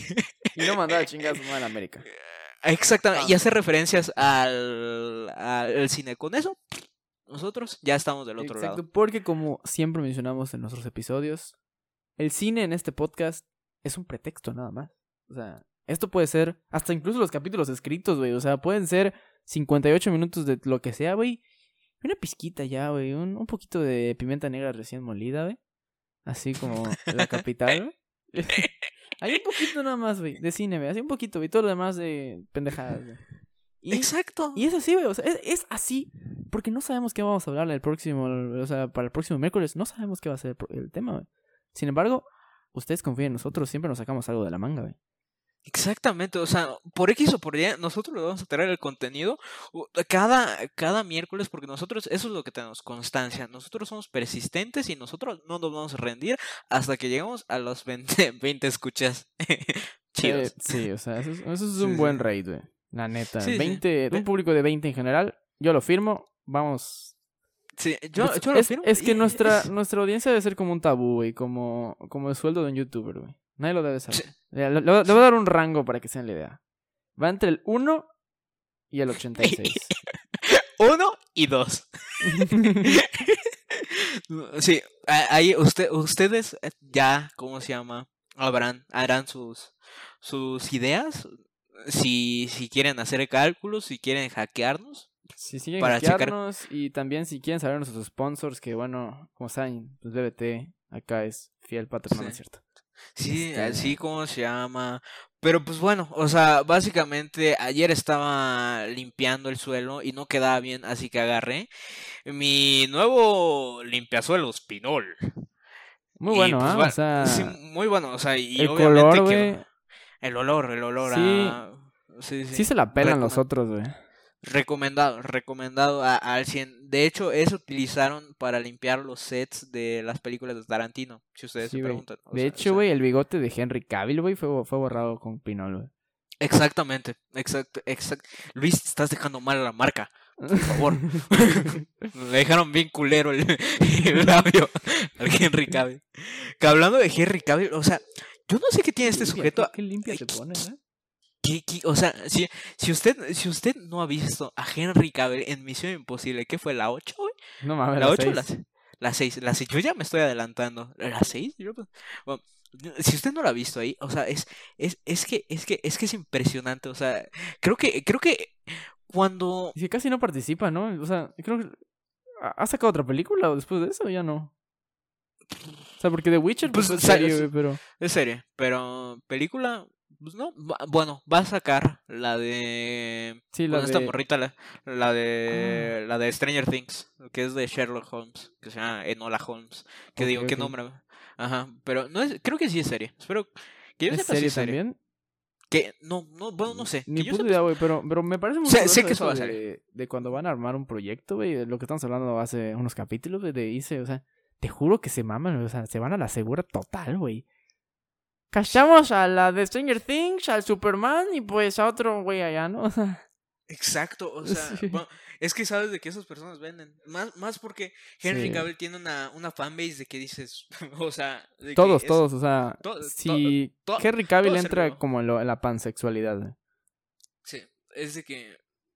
Y no mandar a chingar a su madre en América. Exactamente, y Ah. hacer referencias al, al, al cine. Con eso, nosotros ya estamos del otro Exacto, lado. porque como siempre mencionamos en nuestros episodios, el cine en este podcast es un pretexto nada más. O sea, esto puede ser hasta incluso los capítulos escritos, güey. O sea, pueden ser cincuenta y ocho minutos de lo que sea, güey. Una pizquita ya, güey. Un, un poquito de pimienta negra recién molida, güey. Así como la capital, güey. Hay un poquito nada más, güey, de cine, güey. Así un poquito, güey. Todo lo demás de pendejadas, güey. Y, Exacto. y es así, güey. O sea, es, es así. Porque no sabemos qué vamos a hablar el próximo. O sea, para el próximo miércoles. No sabemos qué va a ser el, pro- el tema, güey. Sin embargo, ustedes confíen en nosotros. Siempre nos sacamos algo de la manga, güey. Exactamente, o sea, por X o por Y, nosotros le vamos a traer el contenido u- cada, cada miércoles porque nosotros, eso es lo que tenemos, constancia. Nosotros somos persistentes y nosotros no nos vamos a rendir hasta que lleguemos a los veinte, veinte escuchas. Chidos. Eh, sí, o sea, eso es, eso es Sí, un sí. buen raid, güey. La neta. Sí, sí. veinte, Ve- un público de veinte en general. Yo lo firmo. Vamos. Sí, yo, Pues, yo lo es, firmo es que y- nuestra, es- nuestra audiencia debe ser como un tabú, güey. Como, como el sueldo de un youtuber, güey. Nadie lo debe saber. Sí. Le, le- le voy a dar un rango para que se den la idea. Va entre el uno y el ochenta y seis. Uno y dos. Sí, a- ahí usted, ustedes eh, ya, ¿cómo se llama? Habrán, harán sus, sus ideas. Si, si quieren hacer cálculos, si quieren hackearnos. Si siguen Para checar- hackearnos y también si quieren saber nuestros sponsors, que bueno, como saben, pues B B T acá es fiel patrón, ¿no Sí. es cierto? Sí, Este- así como se llama. Pero pues bueno, o sea, básicamente ayer estaba limpiando el suelo y no quedaba bien, así que agarré mi nuevo limpiasuelos Pinol. Muy Y, bueno, pues, ¿ah? va- O sea, sí, muy bueno, o sea, y el obviamente color, que güey, el olor, el olor Sí. a... Sí, sí. sí se la pelan los Recomen- otros, güey. Recomendado, recomendado a- al cien. De hecho, eso utilizaron para limpiar los sets de las películas de Tarantino, si ustedes Sí, se güey. preguntan. o De sea, o hecho, sea, güey, el bigote de Henry Cavill, güey, fue, fue borrado con Pinol, güey. Exactamente, exacto, exacto. Luis, estás dejando mal la marca, por favor. Le dejaron bien culero el, el labio al Henry Cavill. Que hablando de Henry Cavill, o sea, yo no sé qué tiene este Limpia, sujeto. Qué, qué limpia te pones, ¿eh? que- que- o sea, si, si usted si usted no ha visto a Henry Cavill en Misión Imposible, ¿qué fue? ¿La ocho, güey? No mames, ¿La la ocho o la seis. seis? La seis, la seis. Yo ya me estoy adelantando. ¿La seis? Yo, pues, bueno, si usted no la ha visto ahí, o sea, es, es, es que, es que, es que es impresionante. O sea, creo que, creo que cuando. Y que casi no participa, ¿no? O sea, creo que... ¿Ha ha sacado otra película o después de eso? Ya no. O sea, porque The Witcher, pues, Pues, fue o sea, serie, es- güey, pero... Es serie, pero película. Pues no, va- bueno, va a sacar la de. Sí, Con la esta de... morrita, la, la de. La de Stranger Things, que es de Sherlock Holmes, que se llama Enola Holmes. Que Ok, digo, qué ok. nombre. Ajá, pero no es, creo que sí es serie. Espero que yo ¿Es sepa si serie es serie. también? Que no, no, bueno, no sé. Ni que yo puta sepa- idea, güey, pero, pero me parece muy Sé- sé curioso que eso va a de, de cuando van a armar un proyecto, güey, de lo que estamos hablando hace unos capítulos, güey, de Ice, o sea, te juro que se maman, o sea, se van a la segura total, güey. Cachamos a la de Stranger Things, al Superman y pues a otro güey allá, ¿no? O sea, Exacto, o sea, Sí. bueno, Es que sabes de que esas personas venden. Más, más porque Henry Sí. Cavill tiene una, una fanbase de que dices, o sea, de Todos, que es todos, o sea, to- to- si to- Henry Cavill todo entra servido. como en, lo- en la pansexualidad, güey. Sí, es de que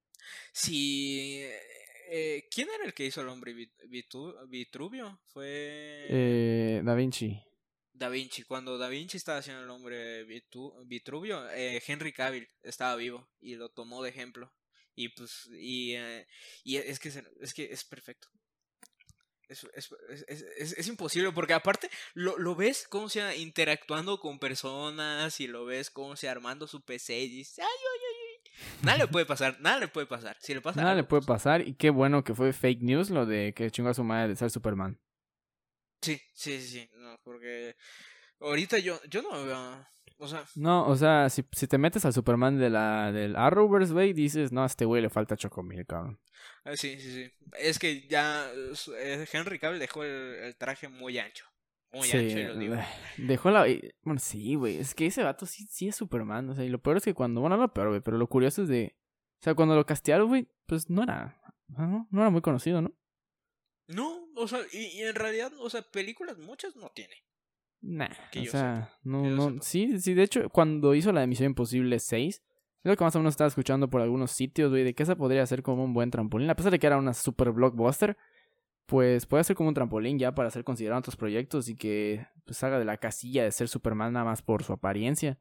si eh, ¿quién era el que hizo el hombre Vit- Vitu- Vitruvio? Fue Eh, Da Vinci. Da Vinci. Cuando Da Vinci estaba haciendo el hombre Vitu- Vitruvio, eh, Henry Cavill estaba vivo y lo tomó de ejemplo. Y pues, y, eh, y es que es, es que es perfecto. Es, es, es, es, es imposible porque aparte lo, lo ves como sea interactuando con personas y lo ves como sea armando su P C y dices, ay, ay, ay, ay. Nada le puede pasar, nada le puede pasar. Si le pasa Nada le algo, puede pues, pasar y qué bueno que fue fake news lo de que chingó a su madre de ser Superman. sí, sí, sí, sí, no, porque ahorita yo, yo no veo, o sea, No, o sea, si, si te metes al Superman de la del Arrowverse, güey, dices, no, a este güey le falta chocomil, cabrón. ah, sí, sí, sí, es que ya eh, Henry Cavill dejó el, el traje muy ancho, muy Sí, ancho y lo digo. dejó la... y- Bueno, sí, güey, es que ese vato sí, sí es Superman, o sea, y lo peor es que cuando... Bueno, no lo peor, güey, pero lo curioso es de... O sea, cuando lo castearon, güey, pues no era... No, no era muy conocido, ¿no? No, o sea, y, y en realidad, o sea, películas muchas no tiene. Nah, Que o yo sea, sepa, no, que yo no... sepa. Sí, sí, de hecho, cuando hizo la de Misión Imposible seis, es lo que más o menos estaba escuchando por algunos sitios, güey, de que esa podría ser como un buen trampolín, a pesar de que era una super blockbuster, pues puede ser como un trampolín ya para ser considerado en otros proyectos y que pues salga de la casilla de ser Superman nada más por su apariencia.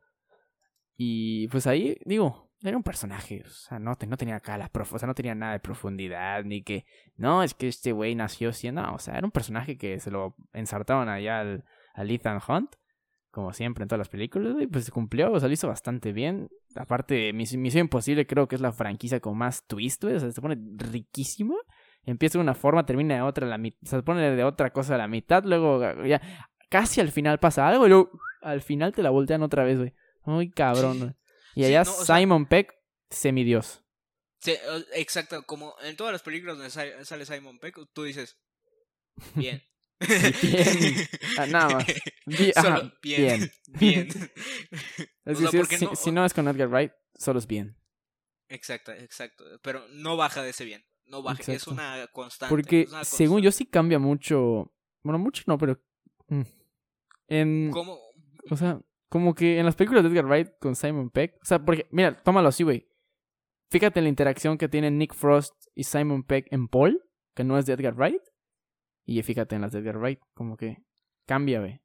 Y pues ahí, digo, era un personaje, o sea, no, te- no tenía acá la prof, o sea, no tenía nada de profundidad, ni que, no, es que este güey nació siendo, no, o sea, era un personaje que se lo ensartaban allá al, al Ethan Hunt, como siempre en todas las películas, y pues cumplió, o sea, lo hizo bastante bien. Aparte, Mis- Misión Imposible creo que es la franquicia con más twist, güey, o sea, se pone riquísimo. Empieza de una forma, termina de otra, la mit- se pone de otra cosa a la mitad, luego ya casi al final pasa algo y luego al final te la voltean otra vez, güey. Muy cabrón, Sí, güey. Y sí, allá no, o sea, Simon Pegg, semidios. sí, eh, exacto, como en todas las películas donde sa- sale Simon Pegg, tú dices, bien. Bien. Ah, nada más. Bi- Solo ajá, bien, bien. bien. Es O sea, decir, porque si, no, si no es con Edgar Wright, solo es bien. exacto, exacto, pero no baja de ese bien, no baja, es Exacto. una constante, Porque es una según yo constante. sí cambia mucho. Bueno, mucho no, pero. mm, En. ¿Cómo? O sea, como que en las películas de Edgar Wright con Simon Pegg. O sea, porque, mira, tómalo así, güey. Fíjate en la interacción que tienen Nick Frost y Simon Pegg en Paul, que no es de Edgar Wright. Y fíjate en las de Edgar Wright, como que cambia, güey.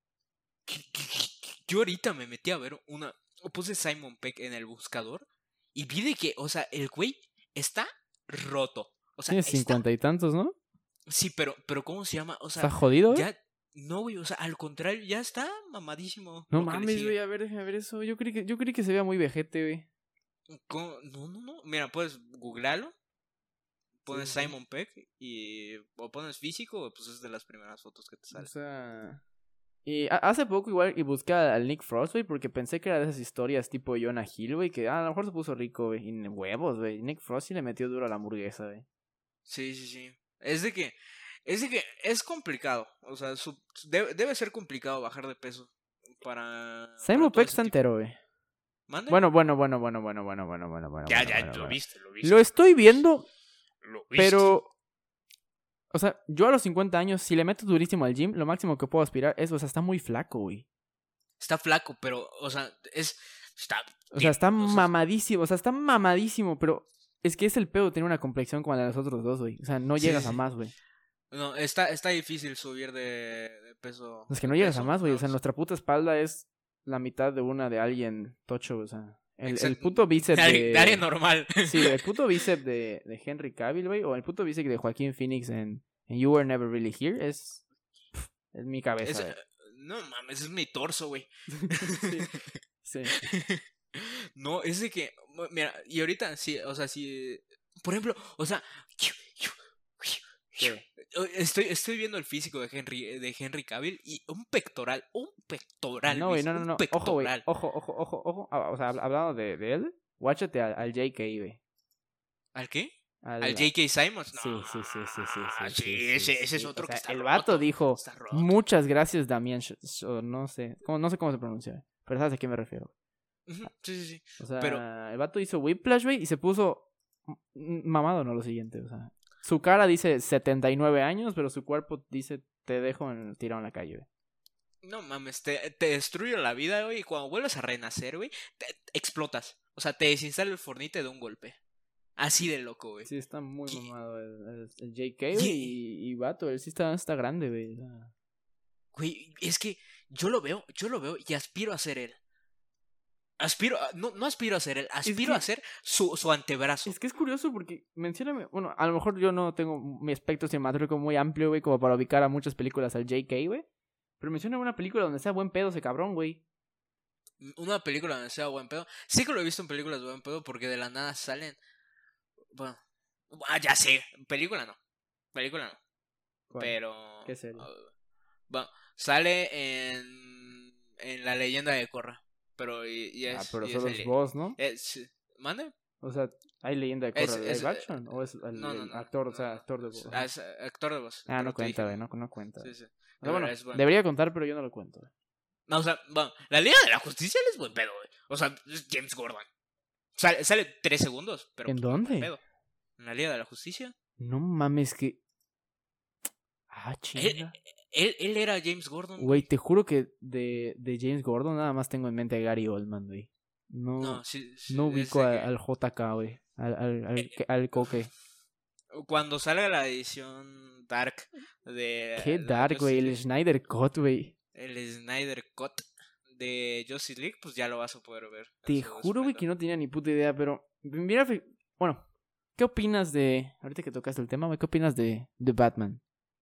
Yo ahorita me metí a ver una, puse Simon Pegg en el buscador y vi de que, o sea, el güey está roto. O sea, Tiene está, cincuenta y tantos, ¿no? sí, pero, pero ¿cómo se llama? O sea, Está jodido, güey. ya, no, güey, o sea, al contrario, ya está mamadísimo. No lo que le mames, sigue. güey, a ver, déjame ver eso. Yo creí que, yo creí que se veía muy vejete, güey. ¿Cómo? No, no, no. Mira, puedes googlearlo. Pones Sí, sí. Simon Pegg y o pones físico, pues es de las primeras fotos que te O sale. sea... Y ha- hace poco igual y busqué al Nick Frost, güey, porque pensé que era de esas historias tipo Jonah Hill, güey, que ah, a lo mejor se puso rico, güey, y huevos, güey. Nick Frost sí le metió duro a la hamburguesa, güey. Sí, sí, sí. Es de que es de que es complicado, o sea, su- debe, debe ser complicado bajar de peso para para Simon todo Pegg ese está tipo. entero, güey. ¿Mande? Bueno, bueno, bueno, bueno, bueno, bueno, bueno, bueno, bueno. ya, bueno, ya, bueno, lo bueno. viste, lo viste. Lo estoy viendo, Lo viste. pero... O sea, yo a los cincuenta años, si le meto durísimo al gym, lo máximo que puedo aspirar es, o sea, está muy flaco, güey. Está flaco, pero, o sea, es está O sea, bien, está o sea, mamadísimo, o sea, está mamadísimo, pero es que es el pedo tener una complexión como la de los otros dos, güey. O sea, no sí, llegas sí, a sí. más, güey. No, está, está difícil subir de, de peso. Es que de no llegas a peso, más, güey. O no, sea, nuestra puta espalda es la mitad de una de alguien tocho, o sea. El, el exacto, puto bíceps de, de... de alguien normal. Sí, el puto bíceps de, de Henry Cavill, güey. O el puto bíceps de Joaquín Phoenix en, en You Were Never Really Here es... pf, es mi cabeza, Es- güey. no mames, es mi torso, güey. Sí, sí. No, es de que, mira, y ahorita sí, o sea, sí, por ejemplo, o sea, ¿Qué? estoy, estoy viendo el físico de Henry, de Henry Cavill y un pectoral, un pectoral, No, güey, Luis, no, no, un no. Ojo, güey. pectoral. Ojo, ojo, ojo, ojo. Ah, o sea, hab- hablando de, de él, guáchate al, al J K, güey. ¿Al qué? Al, ¿Al J K. Simons? Sí, No, sí, sí, sí, sí, sí, sí, sí, ese, sí, ese es sí. otro O que sea, está el roto. vato dijo, Está roto. muchas gracias, Damián. Sh- Sh- o no sé, cómo, no sé cómo se pronuncia, pero sabes a qué me refiero. Ujú, sí, sí, sí. O sea, Pero- el vato hizo Whiplash, güey, y se puso m- mamado, no lo siguiente, o sea. Su cara dice setenta y nueve años, pero su cuerpo dice te dejo en, tirado en la calle, güey. No mames, te, te destruye la vida, güey. Y cuando vuelves a renacer, güey, te, te explotas. O sea, te desinstala el Fornite de un golpe. Así de loco, güey. Sí, está muy ¿Qué? mamado el, el, el J K, güey, y, y vato, él sí está, está grande, güey. O sea, Güey, es que yo lo veo, yo lo veo y aspiro a ser él. Aspiro, a- no, no aspiro a ser él, aspiro que- a ser su, su antebrazo. es que es curioso porque, mencióname, bueno, a lo mejor yo no tengo mi espectro cinematográfico muy amplio, güey, como para ubicar a muchas películas al J K, güey. Pero menciona una película donde sea buen pedo ese cabrón, güey. Una película donde sea buen pedo. Sí que lo he visto en películas de buen pedo porque de la nada salen. Bueno, ah, ya sé, película no. Película no. ¿Cuál? Pero. ¿Qué serie? uh, bueno, sale en. En La Leyenda de Korra. Pero y, y es. Ah, pero y solo es es el- voz, ¿no? es- ¿Mande? O sea, ¿hay leyenda de Es- Korra es, live eh, action? ¿O es el, No, no, el no. actor, o no, sea, no. actor de voz? Ah, es actor de voz. Ah, pero no te cuenta, dije- güey, no, no cuenta. Sí, güey. sí. O sea, Pero bueno, es buen debería contar, pero yo no lo cuento, güey. No, o sea, bueno, la Liga de la Justicia él es buen pedo, güey. O sea, es James Gordon. Sale, sale tres segundos, pero ¿En pues, buen dónde? pedo. En la Liga de la Justicia. No mames que... Ah, Él, chinga. él, él era James Gordon, Güey, te juro que de, de James Gordon nada más tengo en mente a Gary Oldman, güey. No, No, no, sí, sí, ubico ese a- que- al J K, güey. Al, al, al, Eh, al coque. Cuando salga la edición Dark de. Qué de dark, güey. Justice El League, Snyder Cut, güey. el Snyder Cut de Justice League, pues ya lo vas a poder ver. en Te su juro, güey, esplendor. que no tenía ni puta idea, pero... Mira, fe- bueno, ¿qué opinas de... Ahorita que tocaste el tema, güey, ¿qué opinas de, de Batman?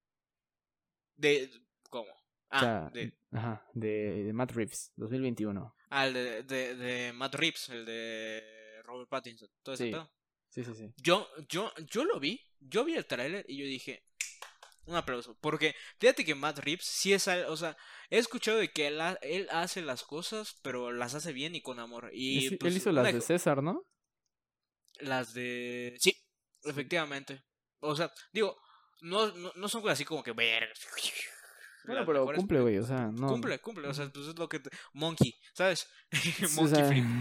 De. ¿Cómo? Ah, o sea, de, ajá, de, de Matt Reeves, dos mil veintiuno. ah, el de, de, de Matt Reeves, el de Robert Pattinson, todo ese Sí. pedo. Sí, sí, sí. Yo, yo, yo lo vi, yo vi el tráiler y yo dije, un aplauso, porque fíjate que Matt Reeves sí es, al- o sea, he escuchado de que él, ha- él hace las cosas, pero las hace bien y con amor. Y Es- pues, él hizo una las de ej- César, ¿no? las de, sí, efectivamente. O sea, digo, no, no, no son cosas así como que ver. Bueno, las pero mejores cumple, güey, o películas. sea, no... Cumple, cumple, o sea, pues es lo que te- Monkey, ¿sabes? Sí, o Monkey sea, Flip.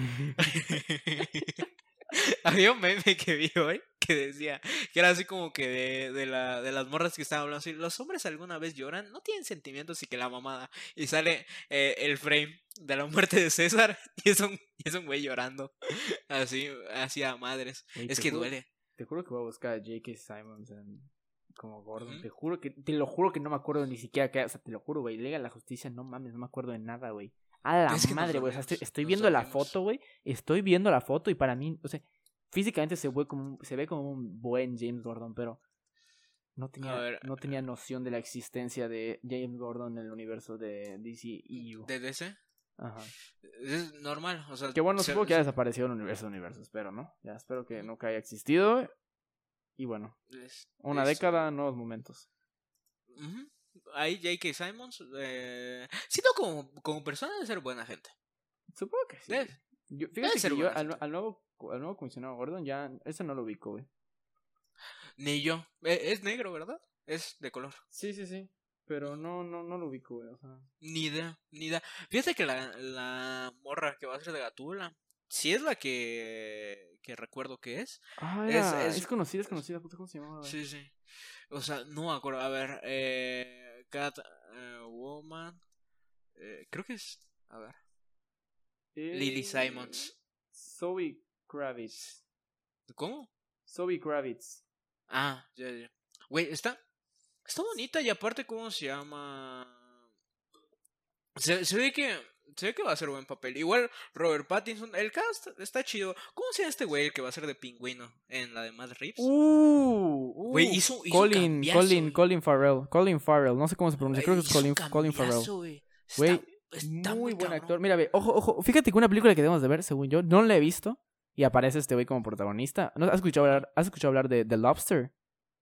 Había un meme que vi hoy que decía que era así como que de, de, la, de las morras que estaban hablando así, los hombres alguna vez lloran, no tienen sentimientos y que la mamada. Y sale eh, el frame de la muerte de César y es un, y es un güey llorando así, así a madres. Güey, Es te que juro- duele. Te juro que voy a buscar a J K. Simmons en- como Gordon. Ujú. Te juro que, te lo juro que no me acuerdo ni siquiera que, o sea, te lo juro, güey. Liga de la Justicia, no mames, no me acuerdo de nada, güey. A la Es que nos madre, güey. O sea, estoy, dormimos, estoy nos viendo la dormimos. foto, güey. Estoy viendo la foto y para mí, o sea, físicamente se ve como, un- se ve como un buen James Gordon, pero no tenía, A ver, no tenía noción de la existencia de James Gordon en el universo de D C E U. ¿De D C? Ajá. Es normal, o sea. Que bueno, se- supongo que ha se- desaparecido el universo de universos, espero, ¿no? Ya espero que nunca haya existido. Y bueno, es- una es- década, nuevos momentos. Ujú. Ahí J K. Simmons, eh, siento como, como persona de ser buena gente. Supongo que sí. Debe- Yo, debe fíjate ser que yo buena al, gente. al nuevo, al nuevo comisionado Gordon ya, eso no lo ubico, güey. Ni yo. Eh, Es negro, ¿verdad? Es de color. Sí, sí, sí. Pero no, no, no lo ubico, güey. O sea, Ni idea, ni idea. Fíjate que la, la morra que va a ser de Gatúbela, si es la que, que recuerdo que es. ah, Es- era, es, es- conocida, es conocida. Puta, ¿cómo se llamaba, güey? Sí, sí. O sea, no me acuerdo. A ver, eh, Cat eh, Woman. eh, creo que es. A ver. Lily Eh, Simons. Zoe Kravitz. ¿Cómo? Zoe Kravitz. Ah, ya, ya. Güey, está. Está bonita y aparte, ¿cómo se llama? Se, se ve que. Se ve que va a ser buen papel. Igual Robert Pattinson. El cast está chido. ¿Cómo se llama este güey el que va a ser de pingüino en la de Matt Reeves? Uh, uh Güey, hizo- hizo Colin, cambiazo, Colin, güey. Colin Farrell. Colin Farrell, no sé cómo se pronuncia. Creo que es Hizo Colin, un Colin Farrell. cambiazo, güey. Está- Güey, está muy buen cabrón. actor. Mira, ve, ojo, ojo. Fíjate que una película que debemos de ver, según yo, no la he visto. Y aparece este güey como protagonista. ¿No has escuchado hablar, has escuchado hablar de The Lobster?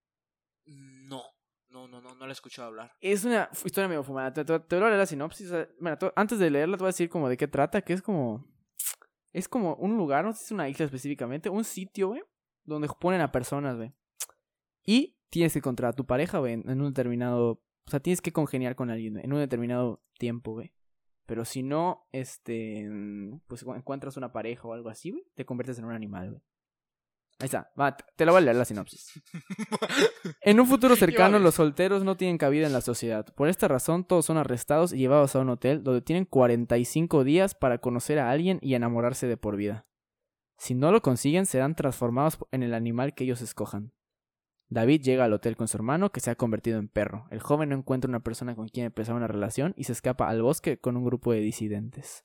No, no, no, no, no la he escuchado hablar. Es una f- historia medio fumada. Te, te- te voy a leer la sinopsis. O sea, mira, to- antes de leerla te voy a decir como de qué trata. Que es como... Es como un lugar, no sé si es una isla específicamente. Un sitio, güey. Donde ponen a personas, güey. Y tienes que encontrar a tu pareja, güey. En en un determinado... O sea, tienes que congeniar con alguien en un determinado tiempo, güey. Pero si no, este... Pues encuentras una pareja o algo así, güey. Te conviertes en un animal, güey. Ahí está, va, te te lo voy a leer la sinopsis. En un futuro cercano, Yo- los solteros no tienen cabida en la sociedad. Por esta razón, todos son arrestados y llevados a un hotel donde tienen cuarenta y cinco días para conocer a alguien y enamorarse de por vida. Si no lo consiguen, serán transformados en el animal que ellos escojan. David llega al hotel con su hermano, que se ha convertido en perro. El joven no encuentra una persona con quien empezar una relación y se escapa al bosque con un grupo de disidentes.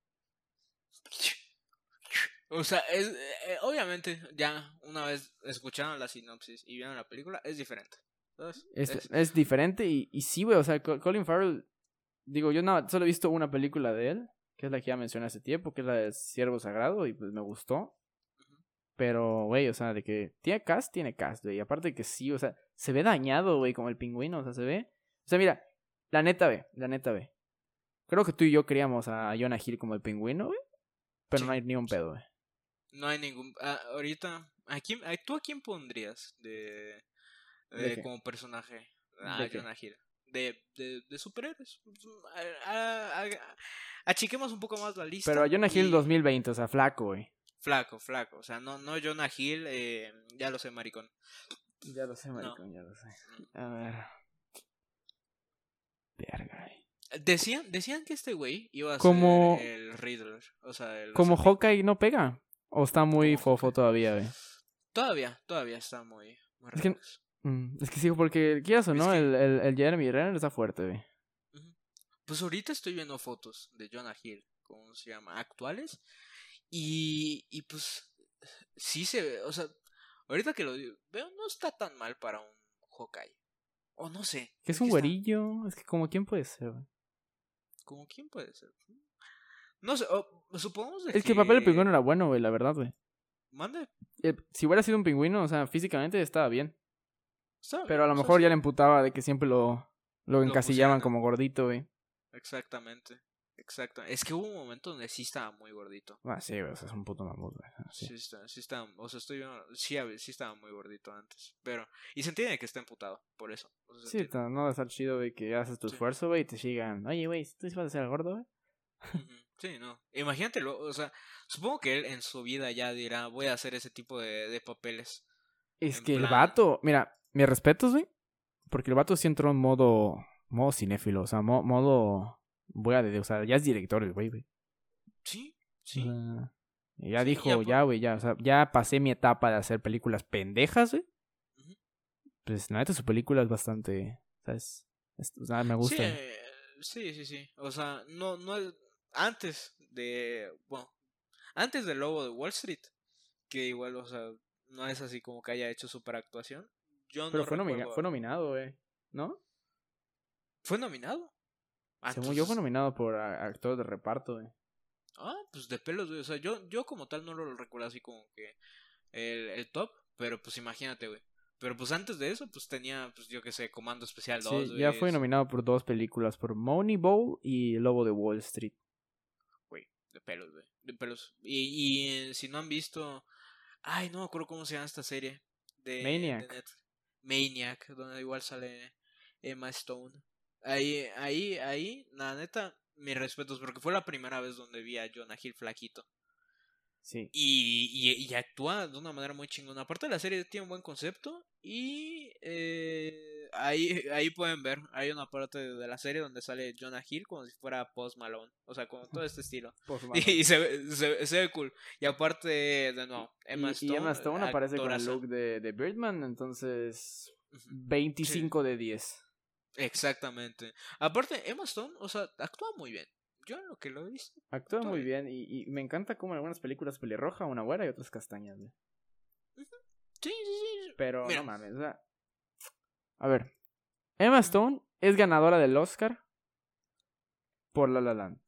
O sea, es, eh, obviamente, ya una vez escucharon la sinopsis y vieron la película, es diferente. ¿Sabes? Es, Es- es diferente y, y sí, güey, o sea, Co- Colin Farrell, digo, yo no, solo he visto una película de él, que es la que ya mencioné hace tiempo, que es la de Siervo Sagrado, y pues me gustó. Pero, güey, o sea, de que tiene cast, tiene cast, güey. Y aparte de que sí, o sea, se ve dañado, güey, como el pingüino, o sea, se ve. O sea, mira, la neta ve, la neta ve. Creo que tú y yo queríamos a Jonah Hill como el pingüino, güey. Pero Sí. no hay ni un pedo, güey. No hay ningún... ah, ahorita, ¿a quién, a- ¿tú a quién pondrías de, ¿De de qué? como personaje? A ¿De qué? Jonah Hill. De, de, de superhéroes. A- a- a- achiquemos un poco más la lista. Pero a Jonah Hill y- dos mil veinte, o sea, flaco, güey. Flaco, flaco. O sea, no, no Jonah Hill, eh, ya lo sé, maricón. Ya lo sé, maricón, ya lo sé. A ver. Verga, güey. Decían, decían que este güey iba a Como- ser el Riddler. O sea, el Como acertijo. Hawkeye no pega. O está muy Como fofo Hawkeye. todavía, güey. Todavía, todavía está muy, muy Es que- relax. Mm, es que sí, porque quieras o Es no, que- el, el, el Jeremy Renner está fuerte, güey. Ujú. Pues ahorita estoy viendo fotos de Jonah Hill, ¿cómo se llama? Actuales. Y, y pues sí se ve, o sea, ahorita que lo digo, veo, no está tan mal para un Hawkeye. O no sé. Que es un que está- güerillo. Es que como quién puede ser, güey. ¿Cómo quién puede ser? No sé, o- supongamos de Es que el papel del pingüino era bueno, güey, la verdad, güey. Mande. Eh, Si hubiera sido un pingüino, o sea, físicamente estaba bien. Está Pero a lo bien, o sea, mejor sí. ya le emputaba de que siempre lo, lo encasillaban pusieron. como gordito, güey. Exactamente. Exacto. Es que hubo un momento donde sí estaba muy gordito. Ah, sí, güey, o sea, es un puto mamut, güey. Sí. Sí, está, sí está, o sea, estoy viendo, sí, a ver, sí estaba muy gordito antes, pero, y se entiende que está emputado, por eso. O sea, se Sí, entiende. ta- no va a estar chido, güey, que haces tu Sí. esfuerzo, güey, y te sigan. Oye, güey, ¿tú sí vas a ser el gordo, güey? Ujú, sí, no, imagínatelo, o sea, supongo que él en su vida ya dirá, voy a hacer ese tipo de, de papeles. Es En que el plan- vato, mira, mis respetos, güey. Porque el vato sí entró en modo, modo cinéfilo, o sea, mo- modo, voy a, de- o sea, ya es director el güey, güey. Sí, O sí, sea, y ya Sí, dijo, ya por- ya, güey, ya, o sea, ya pasé mi etapa de hacer películas pendejas, güey. Ujú. Pues, la neta, su película es bastante, ¿sabes? Es- o sea, me gusta. sí, güey. eh, sí, sí, sí, o sea, no, no es, antes de, bueno, antes del Lobo de Wall Street, que igual, o sea, no es así como que haya hecho super actuación, yo Pero no fue, nomina- recuerdo- fue nominado, güey, ¿no? ¿Fue nominado? Ah, Según yo fue entonces- nominado por a- actor de reparto, güey. Ah, pues de pelos, güey. O sea, yo, yo como tal no lo recuerdo así como que el, el top, pero pues imagínate, güey. Pero pues antes de eso, pues tenía, pues yo qué sé, Comando Especial dos, Sí, ya güey. fue nominado por dos películas, por Moneyball y Lobo de Wall Street. Güey, de pelos, güey. De pelos. Y, y eh, si no han visto... Ay, no me acuerdo cómo se llama esta serie. De, Maniac. de Netflix. Maniac, donde igual sale Emma Stone. Ahí, ahí, ahí, la neta, mis respetos, porque fue la primera vez donde vi a Jonah Hill flaquito. Sí. Y, y, y actúa de una manera muy chingona. Aparte la serie tiene un buen concepto. Y eh, ahí, ahí pueden ver. Hay una parte de la serie donde sale Jonah Hill como si fuera Post Malone. O sea, con todo este estilo. Y, se, ve- se, ve- se ve cool. Y aparte, de nuevo, Emma y, Stone. y Emma Stone aparece con el actoraza. look de, de Birdman, entonces Ujú. veinticinco de diez. Exactamente. Aparte, Emma Stone, o sea, actúa muy bien. Yo en lo que lo he visto. Actúa Está muy bien. bien y, y me encanta como en algunas películas pelirroja, una güera y otras castañas, güey. Sí, sí, sí. Pero Mira. no mames, o sea... A ver, Emma Stone es ganadora del Oscar por La La Land.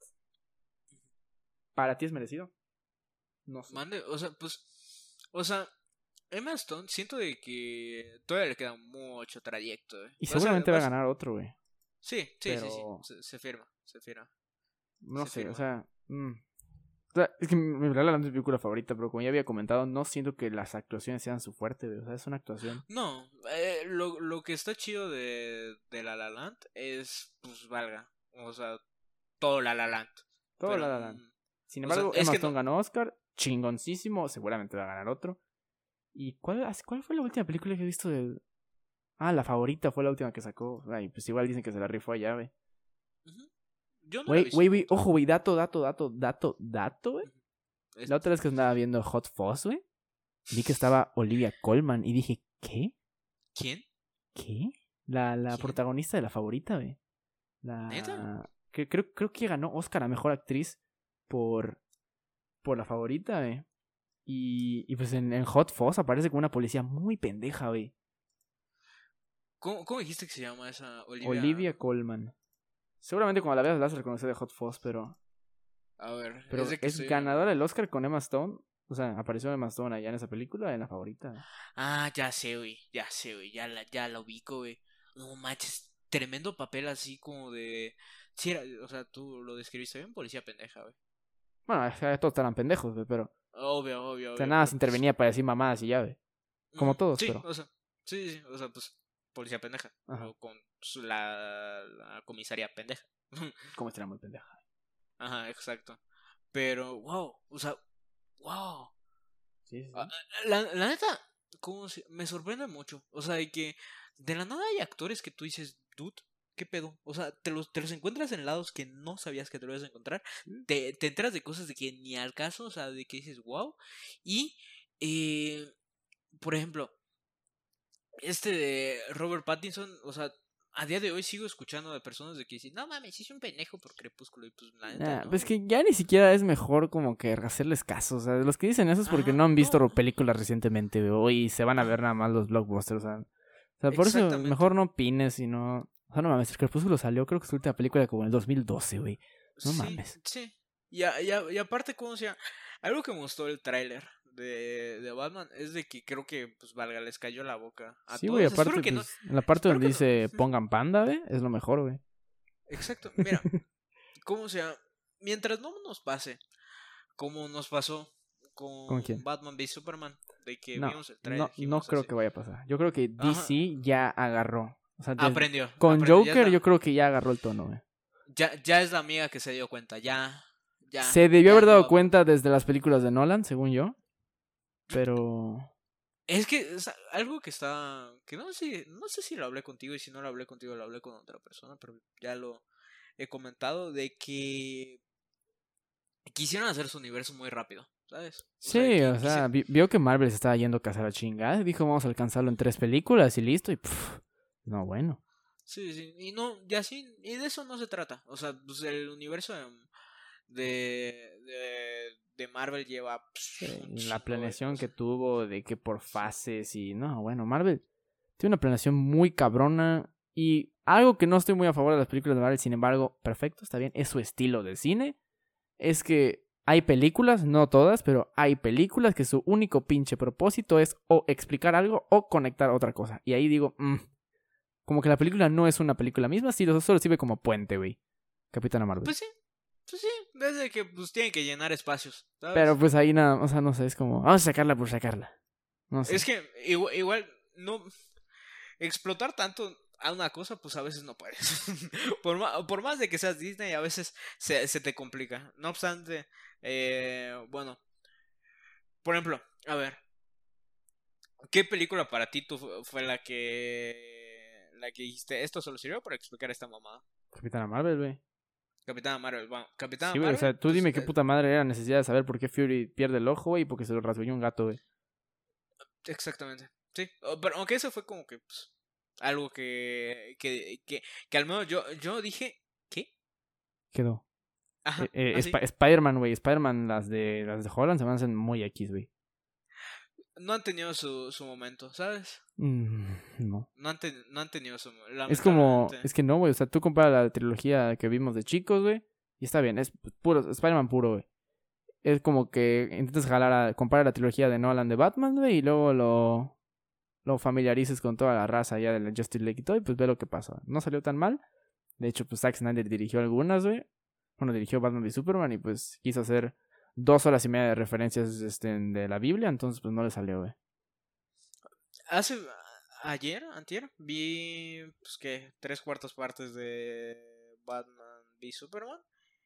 ¿Para ti es merecido? No sé. Mande, o sea, pues. O sea, Emma Stone, siento de que todavía le queda mucho trayecto. eh. Y Va a ser- seguramente va a va a- ganar otro, güey. Sí, sí, pero- sí, sí. Se, se firma, se firma. No Se sé, firma. o sea... mm. O sea, es que mi La La Land es mi película favorita, pero como ya había comentado, no siento que las actuaciones sean su fuerte, güey. O sea, es una actuación. No, eh, lo, lo que está chido de, de La La Land es, pues, valga. O sea, todo La La Land. Todo Pero, La La Land. mm, Sin o sea, embargo, es Emma que Stone no- ganó Oscar, chingoncísimo, seguramente va a ganar otro. ¿Y cuál, cuál fue la última película que he visto de...? Ah, La Favorita fue la última que sacó. Ay, pues igual dicen que se la rifó allá, güey. Ujú. Yo no la he Güey, visto güey, como güey, tal. ojo, güey, dato, dato, dato, dato, dato, güey. Ujú. Es- La otra vez que andaba viendo Hot Fuzz, güey, vi que estaba Olivia Colman y dije, ¿qué? ¿Quién? ¿Qué? La, la ¿Quién? protagonista de La Favorita, güey. ¿Neta? La... Que, creo, creo que ganó Oscar a Mejor Actriz por, por La Favorita, güey. Y, y pues en, en Hot Fuzz aparece como una policía muy pendeja, güey. ¿Cómo, cómo dijiste que se llama esa Olivia? Olivia Colman. Seguramente cuando la veas la vas a reconocer de Hot Fuzz, pero... A ver, Pero es de que es estoy... ganadora del Oscar con Emma Stone. O sea, apareció Emma Stone allá en esa película, en La Favorita. Ah, ya sé, güey. Ya sé, güey. Ya la, ya la ubico, güey. No manches. Tremendo papel así como de... Sí, era, o sea, tú lo describiste bien, policía pendeja, güey. Bueno, o sea, todos eran pendejos, güey, pero... Obvio, obvio, O sea, obvio. nada Pero se pues... intervenía para decir mamadas y ya, güey. Como ujú, todos, sí, pero... o sea... Sí, sí, o sea, pues... Policía pendeja. Ajá. O con su- la, la comisaría pendeja. Como estaría muy pendeja. Ajá, exacto. Pero, wow. O sea, wow. Sí, sí, Ah, sí. La, la neta, como se- me sorprende mucho. O sea, de que de la nada hay actores que tú dices, dude, ¿qué pedo? O sea, te los, te los encuentras en lados que no sabías que te los ibas a encontrar. Te, te enteras de cosas de que ni al caso, o sea, de que dices, wow. Y, eh, por ejemplo, este de Robert Pattinson, o sea, a día de hoy sigo escuchando de personas de que dicen, no mames, hice un pendejo por Crepúsculo. Y pues, la neta, Nah, no. pues que ya ni siquiera es mejor como que hacerles caso. O sea, los que dicen eso es porque Ajá, no han visto no. películas recientemente, güey, y se van a ver Ajá, nada más los blockbusters. O sea, o sea, por eso exactamente. mejor no opines y no... O sea, no mames, el Crepúsculo salió, creo que su última película como en el dos mil doce, güey. No Sí, mames. sí. Y, a- y, a- y aparte, como sea, algo que me gustó el tráiler de, de Batman es de que creo que, pues, valga, les cayó la boca a Sí, güey, todos. Espero aparte, que no, pues, en la parte espero donde que no. dice pongan panda, güey, es lo mejor, güey. Exacto, mira, como sea, mientras no nos pase, como nos pasó ¿Con con quién? Batman v Superman, de que No, vimos el tráiler y no, no dijimos creo así. que vaya a pasar. Yo creo que Ajá, D C ya agarró. O sea, des- aprendió, con aprendió, ya es Joker la, yo creo que ya agarró el tono, güey. ya, ya es la amiga que se dio cuenta, ya, ya, Se debió ya haber no dado va. cuenta desde las películas de Nolan, según yo. Pero... Es que es algo que está. Que no sé, no sé si lo hablé contigo y si no lo hablé contigo lo hablé con otra persona, pero ya lo he comentado de que quisieron hacer su universo muy rápido, ¿sabes? O sea, Sí, que o sea, quisieron... vi- vio que Marvel se estaba yendo a cazar a chingada y dijo, vamos a alcanzarlo en tres películas y listo. Y pff, no, bueno. Sí, sí, y no, y así, y de eso no se trata. O sea, pues el universo de, de, de, de Marvel lleva Sí, psh, un la chingo, güey. planeación O que sea, tuvo de que por sí. fases y... No, bueno, Marvel tiene una planeación muy cabrona y algo que no estoy muy a favor de las películas de Marvel, sin embargo, perfecto, está bien, es su estilo de cine. Es que hay películas, no todas, pero hay películas que su único pinche propósito es o explicar algo o conectar otra cosa. Y ahí digo, mm, como que la película no es una película misma, sino solo sirve como puente, güey. Capitana Marvel. Pues sí, pues sí, desde que pues tienen que llenar espacios, Pero ¿sabes? pues ahí nada, o sea, no sé, es como, vamos a sacarla por sacarla. No sé. Es que igual, igual no explotar tanto a una cosa, pues a veces no puedes. por, más, por más de que seas Disney, a veces se, se te complica. No obstante, eh, bueno, por ejemplo, a ver, ¿qué película para ti tú fu- fue la que la que dijiste esto solo sirvió para explicar esta mamada? Capitana Marvel, güey. Capitana Marvel, bueno, Capitana Sí, güey, o Marvel, sea, tú pues dime qué eh, puta madre era necesidad de saber por qué Fury pierde el ojo, güey, y porque se lo rasguñó un gato, güey. exactamente. Sí, o- pero aunque eso fue como que pues, algo que, que, que, que al menos yo, yo dije, ¿qué? Quedó. Eh, Ajá, eh, así. Sp- Spider-Man, güey. Spider-Man, las de las de Holland se me hacen muy X, güey. No han tenido su, su momento, ¿sabes? Mm, no. No han, ten- no han tenido su... Es como, Lamentablemente. es que no, güey. O sea, tú comparas la trilogía que vimos de chicos, güey. Y está bien, es puro, Spider-Man puro, güey. Es como que intentas jalar a, comparar la trilogía de Nolan de Batman, güey, y luego lo, lo familiarices con toda la raza ya de la Justice League y todo, y pues ve lo que pasa. No salió tan mal. De hecho, pues Zack Snyder dirigió algunas, güey. Bueno, dirigió Batman v Superman y pues quiso hacer dos horas y media de referencias este, de la Biblia, entonces pues no le salió, güey. Hace... Ayer, antier, vi, pues que, tres cuartas partes de Batman v Superman.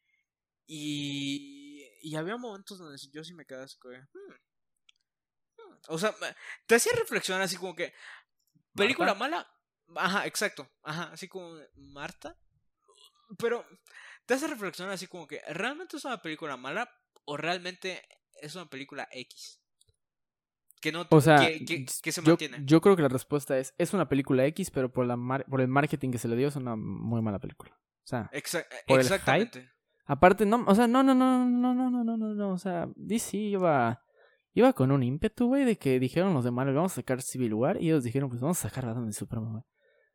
Y... Y había momentos donde yo sí me quedaba así, güey. "Hmm, hmm, O sea, te hacía reflexionar así como que... ¿Película ¿Marta? mala? Ajá, exacto. Ajá, así como Marta. Pero te hace reflexionar así como que... ¿realmente es una película mala? ¿O realmente es una película X? Que no... O sea, que, que, que se yo, mantiene. yo creo que la respuesta es, es una película X, pero por, la mar- por el marketing que se le dio es una muy mala película. O sea, Exa- por el hype. exactamente. Aparte, no, o sea, no, no, no, no, no, no, no, no, no, o sea, D C iba, iba con un ímpetu, güey, de que dijeron los de Marvel, vamos a sacar Civil War, y ellos dijeron, pues vamos a sacar Batman de Superman, güey.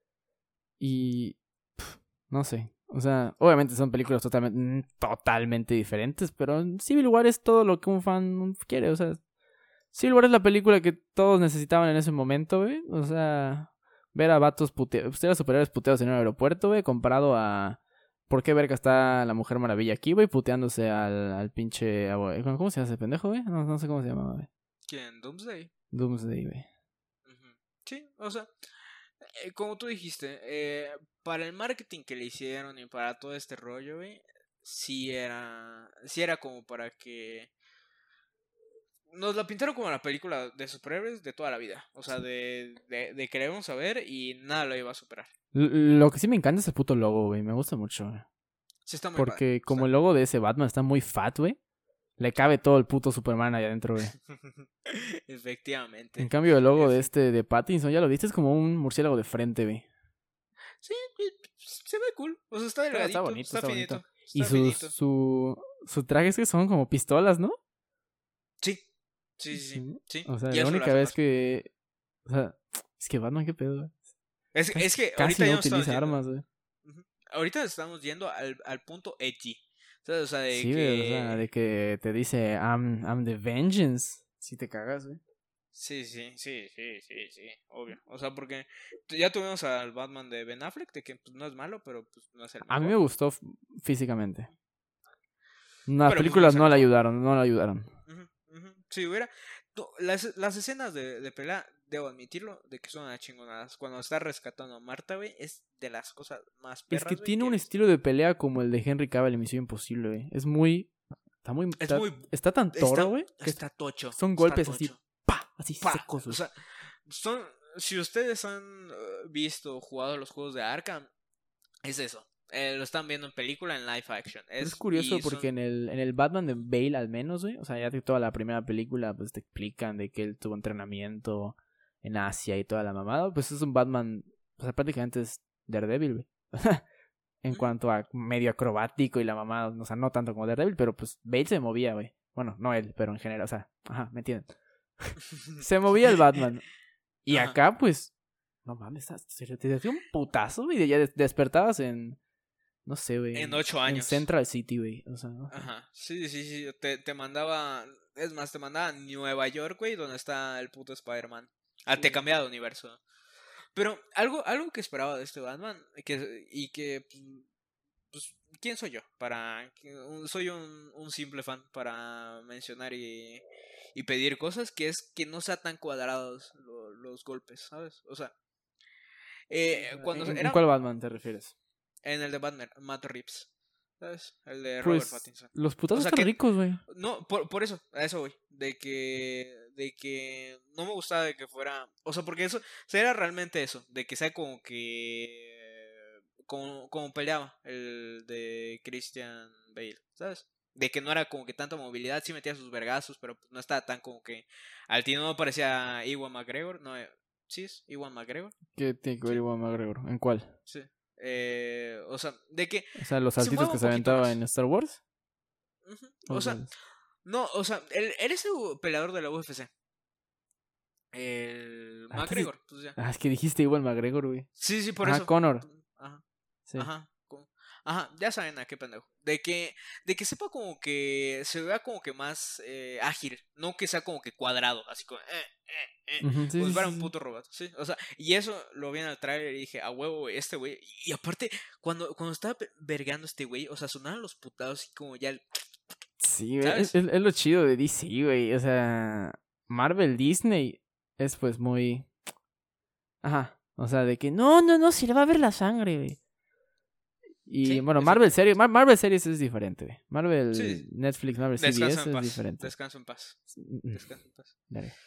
Y, pf, no sé, o sea, obviamente son películas totalmente, totalmente diferentes, pero Civil War es todo lo que un fan quiere, o sea, Civil War es la película que todos necesitaban en ese momento, güey, o sea, ver a vatos puteados, ver a superhéroes puteados en un aeropuerto, güey, comparado a... ¿Por qué verga está la Mujer Maravilla aquí, güey? Puteándose al, al pinche... ¿Cómo se llama ese pendejo, güey? No, no sé cómo se llama, güey. ¿Quién? Doomsday. Doomsday, güey. Ujú. Sí, o sea, eh, como tú dijiste, eh, para el marketing que le hicieron y para todo este rollo, güey, sí era, sí era como para que nos la pintaron como la película de superhéroes de toda la vida. O sea, de, de, de que la íbamos a ver y nada lo iba a superar. L- lo que sí me encanta es el puto logo, güey. Me gusta mucho, güey. Sí, está muy Porque padre. como Está- el logo de ese Batman está muy fat, güey, le cabe todo el puto Superman allá adentro, güey. En Efectivamente. cambio, el logo de Efe- este de Pattinson, ya lo viste, es como un murciélago de frente, güey. Sí, y se ve cool. O sea, está Está, delgadito, está bonito, está, está finito. bonito. Y Está sus, finito. su, su traje es que son como pistolas, ¿no? Sí. Sí, sí, sí. sí. O sea, Y la eso lo única hace vez más- que... O sea, es que Batman, ¿qué pedo, güey? Es, Casi, es que casi ahorita no ya no estamos utiliza yendo. armas, güey. Ujú. Ahorita estamos yendo al, al punto edgy. ¿Sabes? O sea, de Sí, güey, o sea, de que... que te dice, I'm, I'm the vengeance. Si te cagas, güey. Sí, sí, sí, sí, sí, sí, obvio. O sea, porque t- ya tuvimos al Batman de Ben Affleck, de que pues, no es malo, pero pues no es el A mí me mejor. gustó f- físicamente. Las Pero pues no películas es el no le mejor. ayudaron, no le ayudaron. Ujú, ujú. Si hubiera... no, las, las escenas de, de pelea, debo admitirlo, de que son unas chingonadas. Cuando está rescatando a Marta, güey, es de las cosas más Es perras, que güey, tiene que he un visto. estilo de pelea como el de Henry Cavill en Misión Imposible, güey. Es muy... Está muy... Es Está, muy... está tan toro, Está, güey, que está tocho. son Está golpes así, tocho. pa, así Pa. secos, O güey. sea, son, si ustedes han uh, visto, jugado los juegos de Arkham, es eso. Eh, lo están viendo en película, en live action. Pero es Es, curioso y porque son- en el, en el Batman de Bale al menos, güey, o sea, ya que toda la primera película pues te explican de que él tuvo entrenamiento en Asia y toda la mamada, pues es un Batman, o sea, prácticamente es Daredevil, güey. En Ujú. cuanto a medio acrobático y la mamada, o sea, no tanto como Daredevil, pero pues Bale se movía, güey. Bueno, no él, pero en general, o sea, ajá, ¿me entienden? Se movía el Batman. Y Ajá. acá, pues, no mames, se te dio un putazo, güey, y ya des- despertabas en... No sé, güey. En ocho En años. Central City, güey. O sea, ¿no? Ajá. Sí, sí, sí. Te, te mandaba. Es más, te mandaba a Nueva York, güey, donde está el puto Spider-Man. Ah, te Sí. cambiaba de universo. Pero algo, algo que esperaba de este Batman, que, y que. Pues, ¿quién soy yo? Para. un- Soy un, un simple fan para mencionar y, y pedir cosas, que es que no sea tan cuadrados lo- los golpes, ¿sabes? O sea. eh, cuando ¿En, en era cuál Batman te refieres? en el de Batman, Matt Reeves, ¿sabes? El de Robert Pues, Pattinson. los O putazos sea están que ricos, güey. no, por, por eso, a eso voy. De que. De que no me gustaba de que fuera. O sea, porque eso. O sea, era realmente eso. De que sea como que. Como, como peleaba el de Christian Bale, ¿sabes? De que no era como que tanta movilidad. Sí metía sus vergazos, pero no estaba tan como que. Al tino no parecía Ewan McGregor. No, eh, sí es Ewan McGregor. ¿Qué tiene que ver Sí. Iwan McGregor? ¿En cuál? Sí. Eh, o sea, de que. O sea, los Se saltitos mueve que un se poquito aventaba más. en Star Wars. Ujú, ¿O O sea, cuáles? no, o sea, él, él es el peleador de la U F C. El Ah, entonces- McGregor, pues ya. Ah, es que dijiste Iwan McGregor, güey. Sí, sí, por Ajá, eso. Connor. Ajá, Sí. ajá. co- Ajá, ya saben a qué pendejo. De que, de que sepa como que se vea como que más eh, ágil, no que sea como que cuadrado, así como, eh, eh, eh, Ujú, sí, como sí, si fuera sí, un sí. puto robot, ¿sí? O sea, y eso lo vi en el trailer y dije, a huevo, güey, este güey. Y aparte, cuando, cuando estaba pe- vergueando este güey, o sea, sonaban los putados y como ya el- Sí, güey. ¿sabes? Es, es- es lo chido de D C, güey. O sea, Marvel, Disney es pues muy... Ajá. O sea, de que no, no, no, si le va a ver la sangre, güey. Y Sí, bueno, Marvel efectivamente. series, Mar- Marvel series es diferente, güey. Marvel, Sí. Netflix, Marvel Descanso C B S en es paz. diferente. Descanso en paz. Mm, Descanso en paz. dale.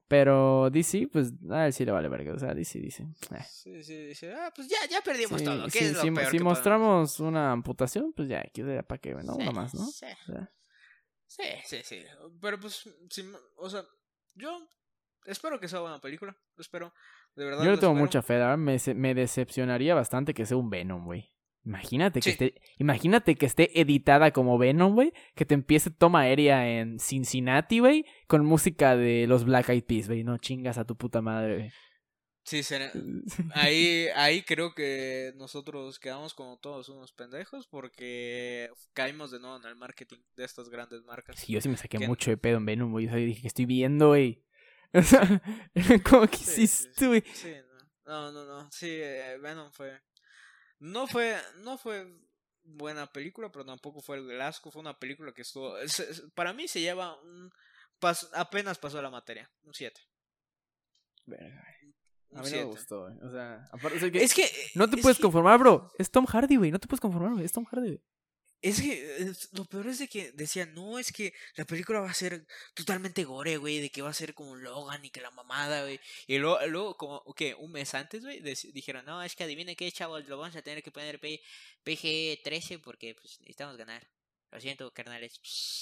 Pero D C, pues, a él sí le vale verga. O sea, D C dice. Eh. Sí, sí, dice, ah, pues ya, ya perdimos Sí, todo. ¿Qué sí, es lo si, peor si que mostramos podemos? una amputación, pues ya, ¿para qué? ¿No? Sí, Una más, ¿no? sí. O sea, Sí, sí, sí. Pero pues, si, o sea, yo espero que sea buena película. Lo espero. De verdad yo le lo tengo espero. mucha fe, la verdad, me, se- me decepcionaría bastante que sea un Venom, güey. Imagínate que Sí. esté, imagínate que esté editada como Venom, güey, que te empiece toma aérea en Cincinnati, güey, con música de los Black Eyed Peas, güey, no chingas a tu puta madre, güey. Sí, será. Ahí, ahí creo que nosotros quedamos como todos unos pendejos porque caímos de nuevo en el marketing de estas grandes marcas. Sí, yo sí me saqué Que- mucho de pedo en Venom, güey, o sea, yo dije que estoy viendo, güey. O sea, ¿cómo que Sí, sí, hiciste, sí, güey? sí, no, no, no, no, sí, eh, Venom fue, no fue, no fue buena película, pero tampoco fue el asco, fue una película que estuvo, es- es- para mí se lleva un, pas- apenas pasó la materia, un siete, Verga, güey. A un mí no me siete. gustó, güey. O sea, aparte, o sea, que Es que, no te es puedes que, conformar, bro. Es Tom Hardy, güey. No te puedes conformar, güey. Es Tom Hardy, güey. es que, es- lo peor es de que decían, no, es que la película va a ser totalmente gore, güey, de que va a ser como Logan y que la mamada, güey. Y luego, luego como, que un mes antes, güey, dec- dijeron, no, es que adivinen qué, chavos, lo vamos a tener que poner P- PG trece porque, pues, necesitamos ganar. Lo siento, carnales.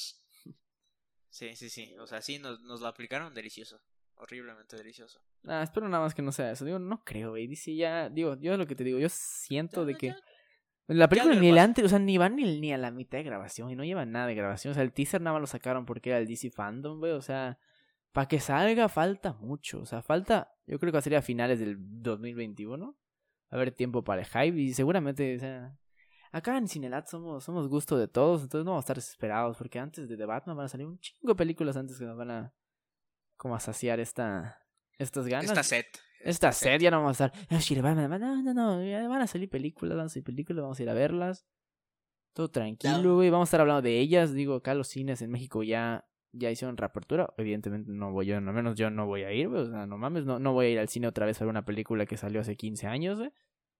Sí, sí, sí, o sea, sí, nos, nos lo aplicaron delicioso, horriblemente delicioso. Ah, espero nada más que no sea eso. Digo, no creo, güey. Dice ya, digo, yo lo que te digo, yo siento Ya, de que ya, la ya película dio el ni el paso. antes, o sea, ni van ni, ni a la mitad de grabación y no llevan nada de grabación. O sea, el teaser nada más lo sacaron porque era el D C Fandom, güey. O sea, para que salga falta mucho. O sea, falta, yo creo que va a ser a finales del dos mil veintiuno. Va a haber tiempo para el hype y seguramente, o sea, acá en Cinelat somos, somos gusto de todos, entonces no vamos a estar desesperados porque antes de The Batman van a salir un chingo de películas antes que nos van a como a saciar esta, estas ganas. Esta set. Esta sed ya no vamos a estar. "Ah, sí, Batman, no, no, no, ya van a salir películas, van a salir películas, vamos a ir a verlas. Todo tranquilo, güey. Vamos a estar hablando de ellas. Digo, acá los cines en México ya, ya hicieron reapertura. Evidentemente no voy yo, al menos yo no voy a ir, güey. O sea, no mames, no, no voy a ir al cine otra vez a ver una película que salió hace quince años, güey.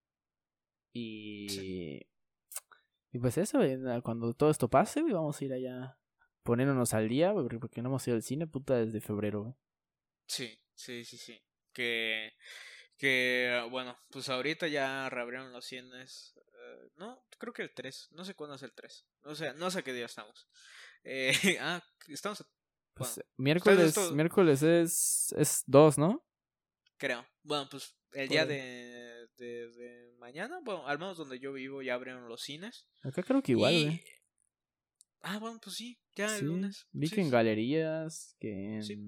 Y. Sí. Y pues eso, güey. Cuando todo esto pase, güey, vamos a ir allá poniéndonos al día, güey, porque no hemos ido al cine, puta, desde febrero, güey. Sí, sí, sí, sí. Que, que bueno, pues ahorita ya reabrieron los cines. eh, no, creo que el tres. No sé cuándo es el tres. No sé, no sé qué día estamos. Eh, ah, estamos. a- Pues Bueno, miércoles, esto- miércoles es, es dos, ¿no? creo. Bueno, pues el Por día ahí. de, de, de mañana, bueno, al menos donde yo vivo ya abrieron los cines. Acá creo que igual, Y- güey. Ah, bueno, pues sí, ya el Sí, lunes. vi Sí, que en sí. galerías, que en, Sí.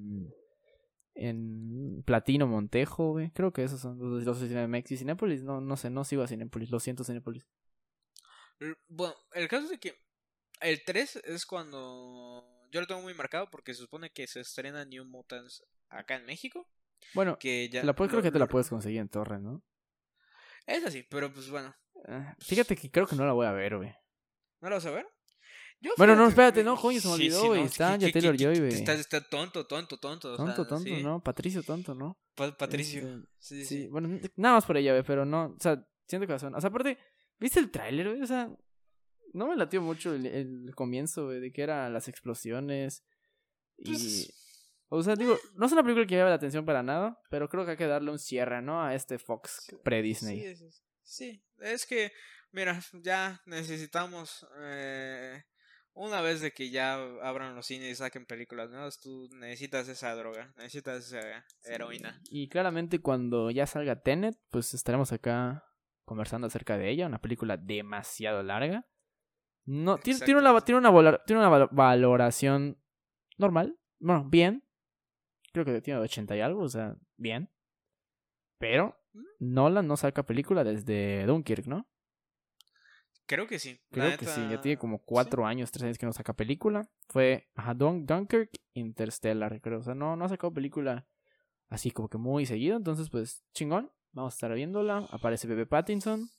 en Platino Montejo, güey. Creo que esos son los, los de Cinemex. Y Cinépolis, no, no sé, no sigo a Cinépolis. Lo siento, Cinépolis. L- Bueno, el caso es de que el tres es cuando yo lo tengo muy marcado porque se supone que se estrena New Mutants acá en México. Bueno, Que ya te la puedes, creo lo- que te la lo- puedes conseguir en Torre, ¿no? Es así, pero pues bueno. Ah, fíjate que creo que no la voy a ver, güey. ¿No lo vas a ver? Yo Bueno, no, fíjate, espérate, eh, no, coño, se me sí, olvidó, sí, güey. no, Está que- Anya que- que- Taylor-Joy, que- güey. Está, está tonto, tonto, tonto. O Tonto, sea, tonto, sí. ¿no? Patricio, tonto, ¿no? Pa- Patricio. Este, Sí, sí, sí. bueno, nada más por ella, güey, pero no, o sea, siento que razón. O sea, aparte, ¿viste el tráiler, güey? O sea, no me latió mucho el, el comienzo, güey, de que eran las explosiones. Y. Pues, O sea, digo, no es una película que llame la atención para nada, pero creo que hay que darle un cierre, ¿no? A este Fox sí, pre-Disney. sí, es- sí, es que, mira, ya necesitamos, eh, una vez de que ya abran los cines y saquen películas nuevas, tú necesitas esa droga, necesitas esa heroína. Y claramente cuando ya salga Tenet, pues estaremos acá conversando acerca de ella, una película demasiado larga. No, tiene, tiene, una, Exacto. tiene, una, valor- tiene una val- valoración normal, bueno, bien. Creo que tiene ochenta y algo, o sea, bien. Pero Nolan no saca película desde Dunkirk, ¿no? Creo que sí. la Creo que neta, sí, ya tiene como sí. cuatro años, tres años que no saca película. Fue, ajá, Dun- Dunkirk, Interstellar, creo. O sea, no, no ha sacado película así como que muy seguido. Entonces, pues, chingón. Vamos a estar viéndola. Aparece Bebe Pattinson.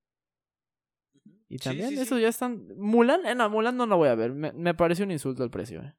Ujú. Y Sí, también, sí, sí. eso ya están... Mulan, eh, no, Mulan no la voy a ver. Me, me pareció un insulto al precio, eh.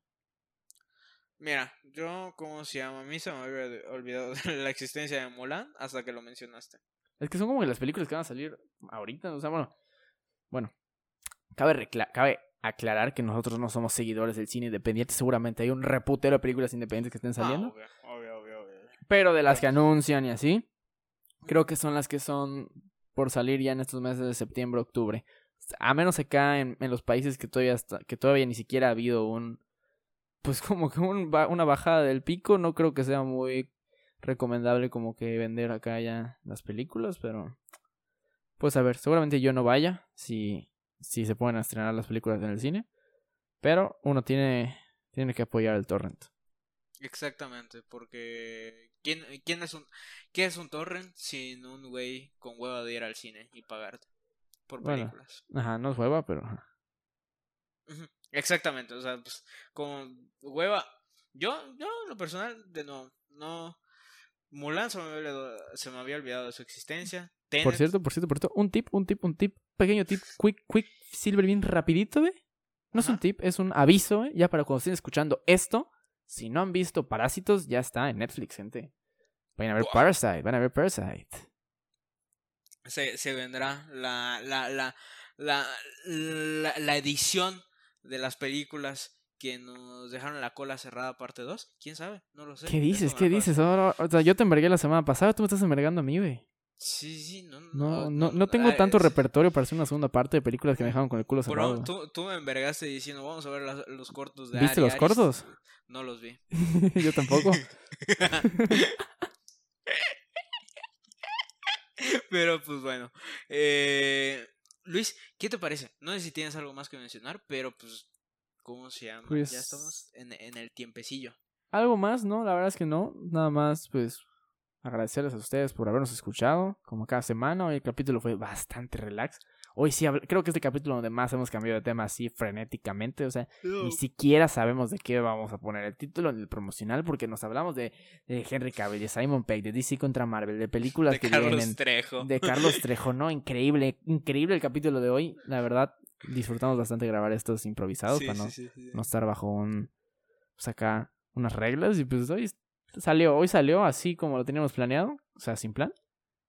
Mira, yo, ¿cómo se llama? A mí se me había olvidado de la existencia de Mulan hasta que lo mencionaste. Es que son como que las películas que van a salir ahorita. O sea, bueno. Bueno. Cabe, recla- cabe aclarar que nosotros no somos seguidores del cine independiente. Seguramente hay un reputero de películas independientes que estén saliendo. Ah, obvio, obvio, obvio, Pero de las que anuncian y así, creo que son las que son por salir ya en estos meses de septiembre, octubre. A menos acá en, en los países que todavía está, que todavía ni siquiera ha habido un, pues como que un, una bajada del pico, no creo que sea muy recomendable como que vender acá ya las películas, pero pues a ver, seguramente yo no vaya si, si se pueden estrenar las películas en el cine, pero uno tiene, tiene que apoyar el torrent. Exactamente, porque ¿quién, quién es un, ¿qué es un torrent sin un güey con hueva de ir al cine y pagarte por Bueno, películas? ajá, no es hueva, pero ajá. Ujú, exactamente, o sea, pues con hueva, yo, yo en lo personal, de no, no, Mulan se me había olvidado, se me había olvidado de su existencia. Por Tenet, cierto, por cierto, por cierto, un tip, un tip, un tip, pequeño tip, quick, quick, silver bien rapidito, ¿ve? No es un ajá. tip, es un aviso, ¿eh? Ya para cuando estén escuchando esto, si no han visto Parásitos, ya está en Netflix, gente. Vayan a ver Buah. Parasite, van a ver Parasite. Se, se vendrá la, la, la, la, la, la edición de las películas que nos dejaron la cola cerrada parte dos. ¿Quién sabe? No lo sé. ¿Qué Eso dices? me ¿Qué lo acabas- dices? Ahora, o sea, yo te envergué la semana pasada, tú me estás envergando a mí, güey. Sí, sí, no, no, No, no, no, no tengo ah, tanto es- repertorio para hacer una segunda parte de películas que me dejaron con el culo cerrado. Bro, tú, tú me envergaste diciendo, vamos a ver las- los cortos de ¿Viste Ari los Aris. cortos? No los vi. Yo tampoco. Pero pues bueno. Eh, Luis, ¿qué te parece? No sé si tienes algo más que mencionar, pero pues, ¿cómo se llama? Pues- Ya estamos en, en el tiempecillo. Algo más, ¿no? La verdad es que no. Nada más, pues, agradecerles a ustedes por habernos escuchado, como cada semana. Hoy el capítulo fue bastante relax. Hoy sí, habl- creo que este capítulo donde más hemos cambiado de tema así frenéticamente. O sea, ni siquiera sabemos de qué vamos a poner el título en el promocional, porque nos hablamos de, de Henry Cavill, de Simon Pegg, de D C contra Marvel, de películas De que Carlos vienen, Trejo. de Carlos Trejo, ¿no? Increíble, increíble el capítulo de hoy. La verdad, disfrutamos bastante grabar estos improvisados Sí, para no, sí, sí, sí. no estar bajo un, pues acá, unas reglas. Y pues hoy salió, hoy salió así como lo teníamos planeado, o sea, sin plan.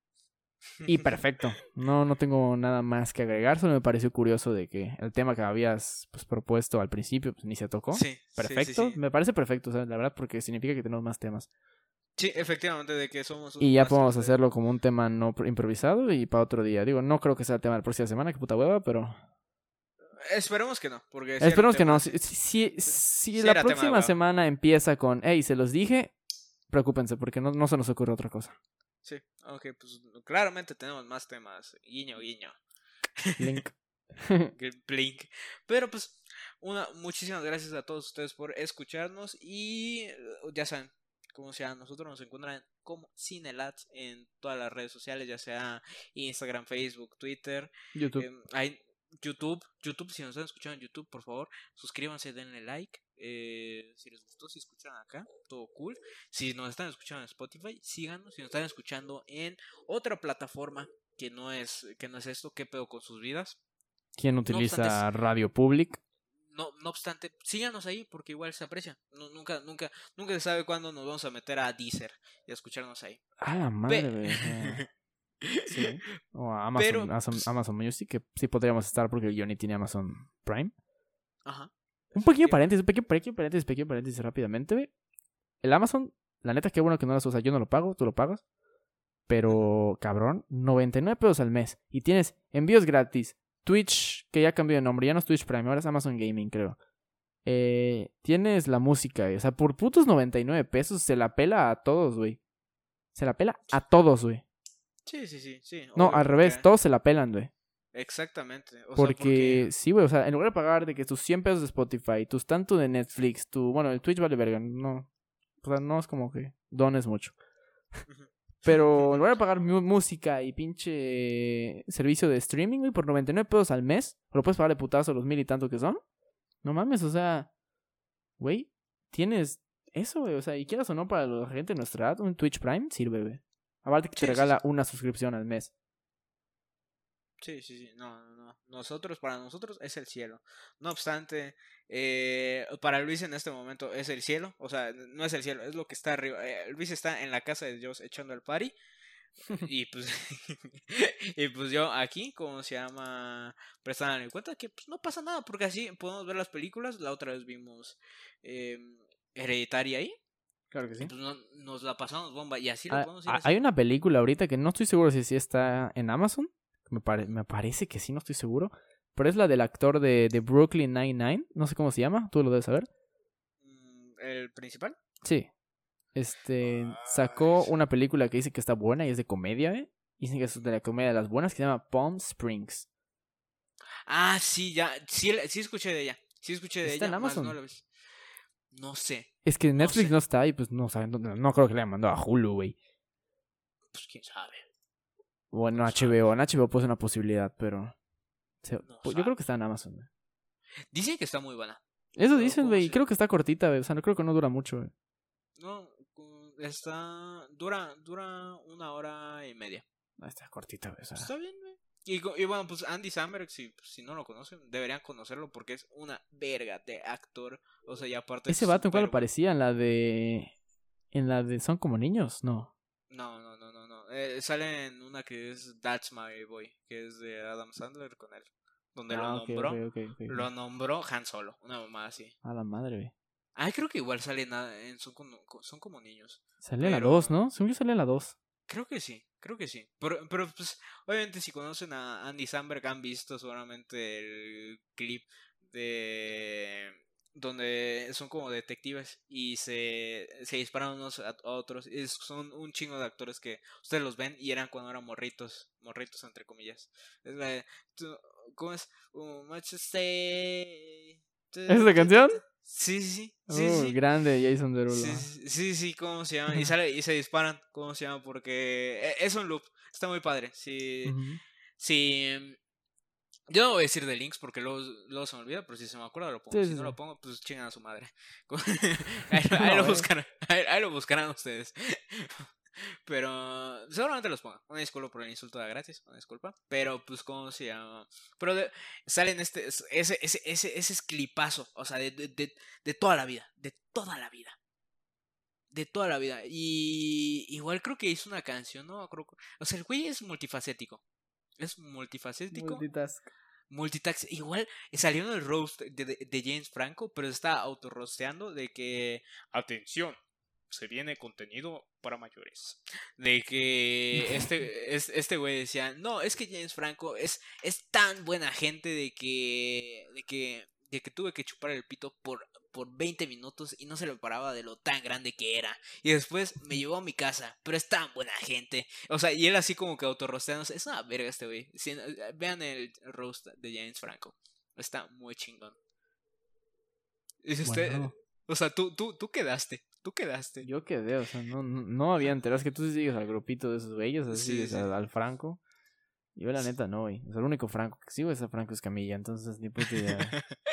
Y perfecto. No, no tengo nada más que agregar. Solo me pareció curioso de que el tema que habías pues, propuesto al principio pues, ni se tocó. Sí, sí, Perfecto. sí, sí. Me parece perfecto, o sea, la verdad, porque significa que tenemos más temas. Sí, efectivamente, de que somos Y unos ya masters podemos de- hacerlo como un tema no pro- improvisado y para otro día. Digo, no creo que sea el tema de la próxima semana, que puta hueva, pero... Esperemos que no, porque sí era Esperemos un que tema- no. Si, si, si, si sí la era tema de próxima hueva. semana empieza con, hey, se los dije, preocúpense, porque no, no se nos ocurre otra cosa. Sí, ok, pues claramente tenemos más temas. Guiño, guiño. Link. Blink. Pero pues, una, muchísimas gracias a todos ustedes por escucharnos. Y eh, ya saben, como sea, nosotros nos encuentran como Cinelads en todas las redes sociales, ya sea Instagram, Facebook, Twitter. YouTube. Eh, hay YouTube, YouTube, si nos están escuchando en YouTube, por favor, suscríbanse, denle like. Eh, si les gustó, si escuchan acá, todo cool. Si nos están escuchando en Spotify, síganos. Si nos están escuchando en otra plataforma que no es, que no es esto, ¿qué pedo con sus vidas? ¿Quién No utiliza obstante, Radio Public? no, no obstante, síganos ahí porque igual se aprecia. No, nunca, nunca, nunca se sabe cuándo nos vamos a meter a Deezer y a escucharnos ahí. A la madre, Pe- güey. O sea, sí. O a Pero, Amazon, Amazon, pues- Amazon Music, que sí podríamos estar porque Johnny tiene Amazon Prime. Ajá. Un pequeño Efectivamente. paréntesis, un pequeño, pequeño paréntesis, pequeño paréntesis rápidamente, güey. El Amazon, la neta, qué bueno que no lo usas. Yo no lo pago, tú lo pagas. Pero, cabrón, noventa y nueve pesos al mes. Y tienes envíos gratis. Twitch, que ya cambió de nombre, ya no es Twitch Prime, ahora es Amazon Gaming, creo. Eh, tienes la música, güey. O sea, por putos noventa y nueve pesos se la pela a todos, güey. Se la pela a todos, güey. Sí, sí, sí, sí. No, obvio, al revés, porque- todos se la pelan, güey. Exactamente. O Porque, sea, porque... sí, güey, o sea, en lugar de pagar de que tus cien pesos de Spotify, tus tanto de Netflix, tu, bueno, el Twitch vale verga, no. O sea, no es como que dones mucho. Pero en lugar de pagar mu- música y pinche servicio de streaming, güey, por noventa y nueve pesos al mes, lo puedes pagar de putazo los mil y tanto que son. No mames, o sea, güey, tienes eso, güey, o sea, y quieras o no para la gente de nuestra edad, un Twitch Prime sirve, güey. Aparte que te Sí, sí, regala sí. una suscripción al mes. Sí, sí, sí. No, no, no. Nosotros, para nosotros es el cielo. No obstante, eh, para Luis en este momento es el cielo. O sea, no es el cielo, es lo que está arriba. Eh, Luis está en la casa de Dios echando el party. Y pues, y pues yo aquí, como se llama, prestando en cuenta que pues, no pasa nada, porque así podemos ver las películas. La otra vez vimos eh, Hereditaria ahí. Claro que Y sí. pues no, nos la pasamos bomba. Y así Ah, lo podemos ir ah, así. hay una película ahorita que no estoy seguro si sí está en Amazon. Me, pare- me parece que sí, no estoy seguro. Pero es la del actor de, de Brooklyn Nine-Nine. No sé cómo se llama. ¿Tú lo debes saber? Mm, ¿El principal? Sí. Este Ah, sacó esa- una película que dice que está buena y es de comedia, ¿eh? Dicen que es de la comedia de las buenas, que se llama Palm Springs. ah, sí, ya. Sí, la- sí escuché de ella. Sí escuché de Está en ella, más no Amazon. la ves. No sé. Es que No Netflix sé. no está ahí, pues no saben dónde. No creo que le hayan mandado a Hulu, güey. Pues quién sabe. O en No sabe. H B O. En H B O puede ser una posibilidad, pero. se- No pues, yo creo sabe. que está en Amazon, güey. Dicen que está muy buena. Eso Pero dicen, ¿cómo güey. y se...? Creo que está cortita, güey. O sea, no creo que no dura mucho, güey. No, cu- está... Dura, dura una hora y media. Ah, está cortita, güey. O sea. Está bien, güey. Y, co- y bueno, pues Andy Samberg, si, si no lo conocen, deberían conocerlo porque es una verga de actor. O sea, y aparte es Ese vato en cuál súper bueno. aparecía, en la de. En la de Son como niños, no. No, no, no, no, no. Eh, sale en una que es That's My Boy, que es de Adam Sandler con él. Donde lo Ah, ok, ok, nombró, ok, ok. lo ok. nombró Han Solo, una mamá así. A la madre, güey. Ah, creo que igual sale en, en son, como, son como niños. Sale en la Pero dos, ¿no? Según yo sale en la dos. creo que sí, creo que sí. Pero, pero pues, obviamente si conocen a Andy Samberg han visto seguramente el clip de donde son como detectives y se, se disparan unos a otros. Es, son un chingo de actores que ustedes los ven y eran cuando eran morritos, morritos entre comillas. Es la de, tú- ¿cómo es? Uh, much to say. Tu, ¿Es esa tu, tu, canción? tu. Sí, sí, sí, sí, Uh, sí. grande Jason Sí, Derulo. sí, sí, sí, ¿cómo se llama? Y sale y se disparan, ¿cómo se llama? Porque e- es un loop, está muy padre. Sí, Ujú. sí. Yo no voy a decir de links porque luego, luego se me olvida, pero si se me acuerda lo pongo. Sí, Si sí, no sí. lo pongo, pues chingan a su madre. ahí, lo- ahí No, lo güey. buscarán, ahí, ahí lo buscarán ustedes. Pero seguramente los ponga. Una disculpa por el insulto de gratis, una disculpa. Pero pues, ¿cómo se llama? Pero de, salen este, ese, ese, ese, ese es clipazo, o sea, de, de, de, de toda la vida, de toda la vida. De toda la vida. Y igual creo que hizo una canción, ¿no? Creo, o sea, el güey es multifacético. Es multifacético. Multitask. Multitax. Igual salió en el roast de, de, de James Franco, pero está autorrosteando de que... Atención, se viene contenido para mayores. De que este, es, este güey decía, no, es que James Franco es, es tan buena gente de que... De que de que tuve que chupar el pito por, por veinte minutos y no se le paraba de lo tan grande que era. Y después me llevó a mi casa, pero es tan buena gente. O sea, y él así como que autorrosteándose. Es una verga este güey. Si, vean el roast de James Franco. Está muy chingón. Y si usted, Bueno, o sea, tú, tú, tú quedaste. Tú quedaste. yo quedé, o sea, no, no, no había enterado. Es que tú sí sigues al grupito de esos güeyes, así Sí, sigues sí. al, al Franco. Yo la neta no, güey. O sea, el único Franco que sigo es a Franco Escamilla, entonces ni puta idea.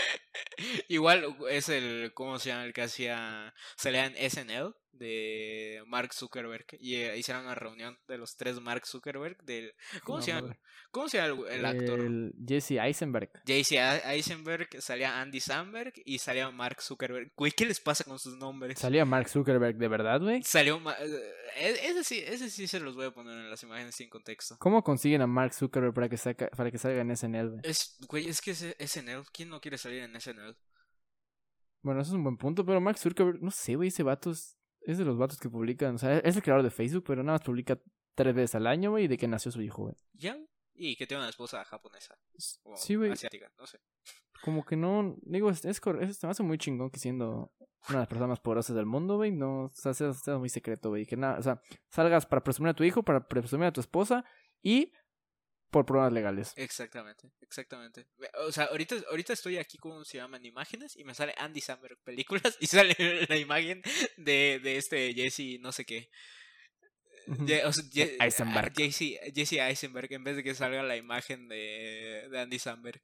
Igual es el, ¿cómo se llama? El que hacía, salía en S N L de Mark Zuckerberg y eh, hicieron una reunión de los tres Mark Zuckerberg del, ¿cómo No, se llama? madre. ¿Cómo se llama el, el actor? El Jesse Eisenberg. J C Eisenberg, salía Andy Samberg y salía Mark Zuckerberg. Güey, ¿qué les pasa con sus nombres? Salía Mark Zuckerberg, ¿de verdad, güey? Salió, ma- eh, ese sí, ese sí se los voy a poner en las imágenes sin contexto. ¿Cómo consiguen a Mark Zuckerberg para que, saca, para que salga en S N L, güey? Es, güey, es que es S N L. ¿Quién no quiere salir en S N L? Bueno, eso es un buen punto, pero Mark Zuckerberg, no sé, güey, ese vato es, es de los vatos que publican, o sea, es el creador de Facebook, pero nada más publica tres veces al año, güey, de que nació su hijo, güey. ¿Ya? Y que tiene una esposa japonesa. O Sí, güey, asiática, no sé. como que no, digo, es, es, cor- es- se me hace muy chingón que siendo una de las personas más poderosas del mundo, güey, no, o sea, sea, sea muy secreto, güey, que nada, o sea, salgas para presumir a tu hijo, para presumir a tu esposa y por problemas legales. Exactamente, exactamente. Ve- O sea, ahorita, ahorita estoy aquí, ¿cómo se llaman? Imágenes y me sale Andy Samberg películas y sale la imagen de, de este Jesse no sé qué. Ujú. Ye- o sea, Ye- Eisenberg. ah, Jesse, Jesse Eisenberg en vez de que salga la imagen de, de Andy Samberg.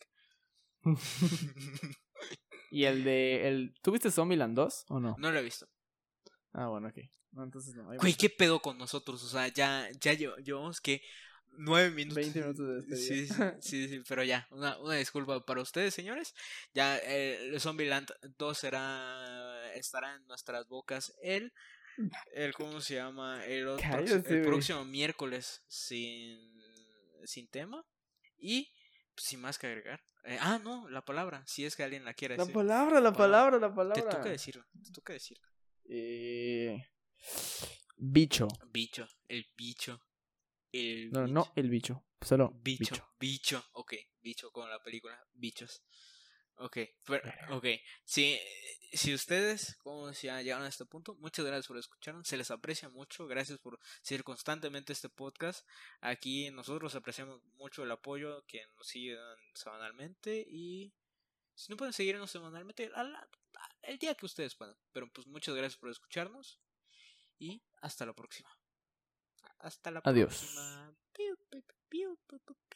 Y el de, el, ¿tuviste Zombieland dos o no? No lo he visto. Ah, bueno, ok. No, entonces no. ahí Güey, va. ¿qué pedo con nosotros? O sea, ya, ya llevo- llevamos que nueve minutos. veinte minutos de Sí, despedida. sí, sí, sí, pero ya, una, una disculpa para ustedes, señores. Ya el Zombieland dos será, estará en nuestras bocas el, el ¿cómo se llama? El, otro- Cállate, el güey. próximo miércoles sin, sin tema y pues, sin más que agregar. Eh, ah, no, la palabra, si es que alguien la quiere La decir. palabra, la Palabra. palabra, la Te toca palabra. decir, te toca decir. Eh... Bicho. Bicho, el bicho. El No, bicho. no el bicho. Solo Bicho, bicho. bicho, ok, bicho con la película, bichos. Ok, pero, ok, si, si ustedes, como si ya llegaron a este punto, muchas gracias por escucharnos, se les aprecia mucho, gracias por seguir constantemente este podcast. Aquí nosotros apreciamos mucho el apoyo que nos siguen semanalmente y si no pueden seguirnos semanalmente, a la- a- el día que ustedes puedan. Pero pues muchas gracias por escucharnos y hasta la próxima. Hasta la Adiós. próxima. Piu, piu, piu, piu, piu, piu.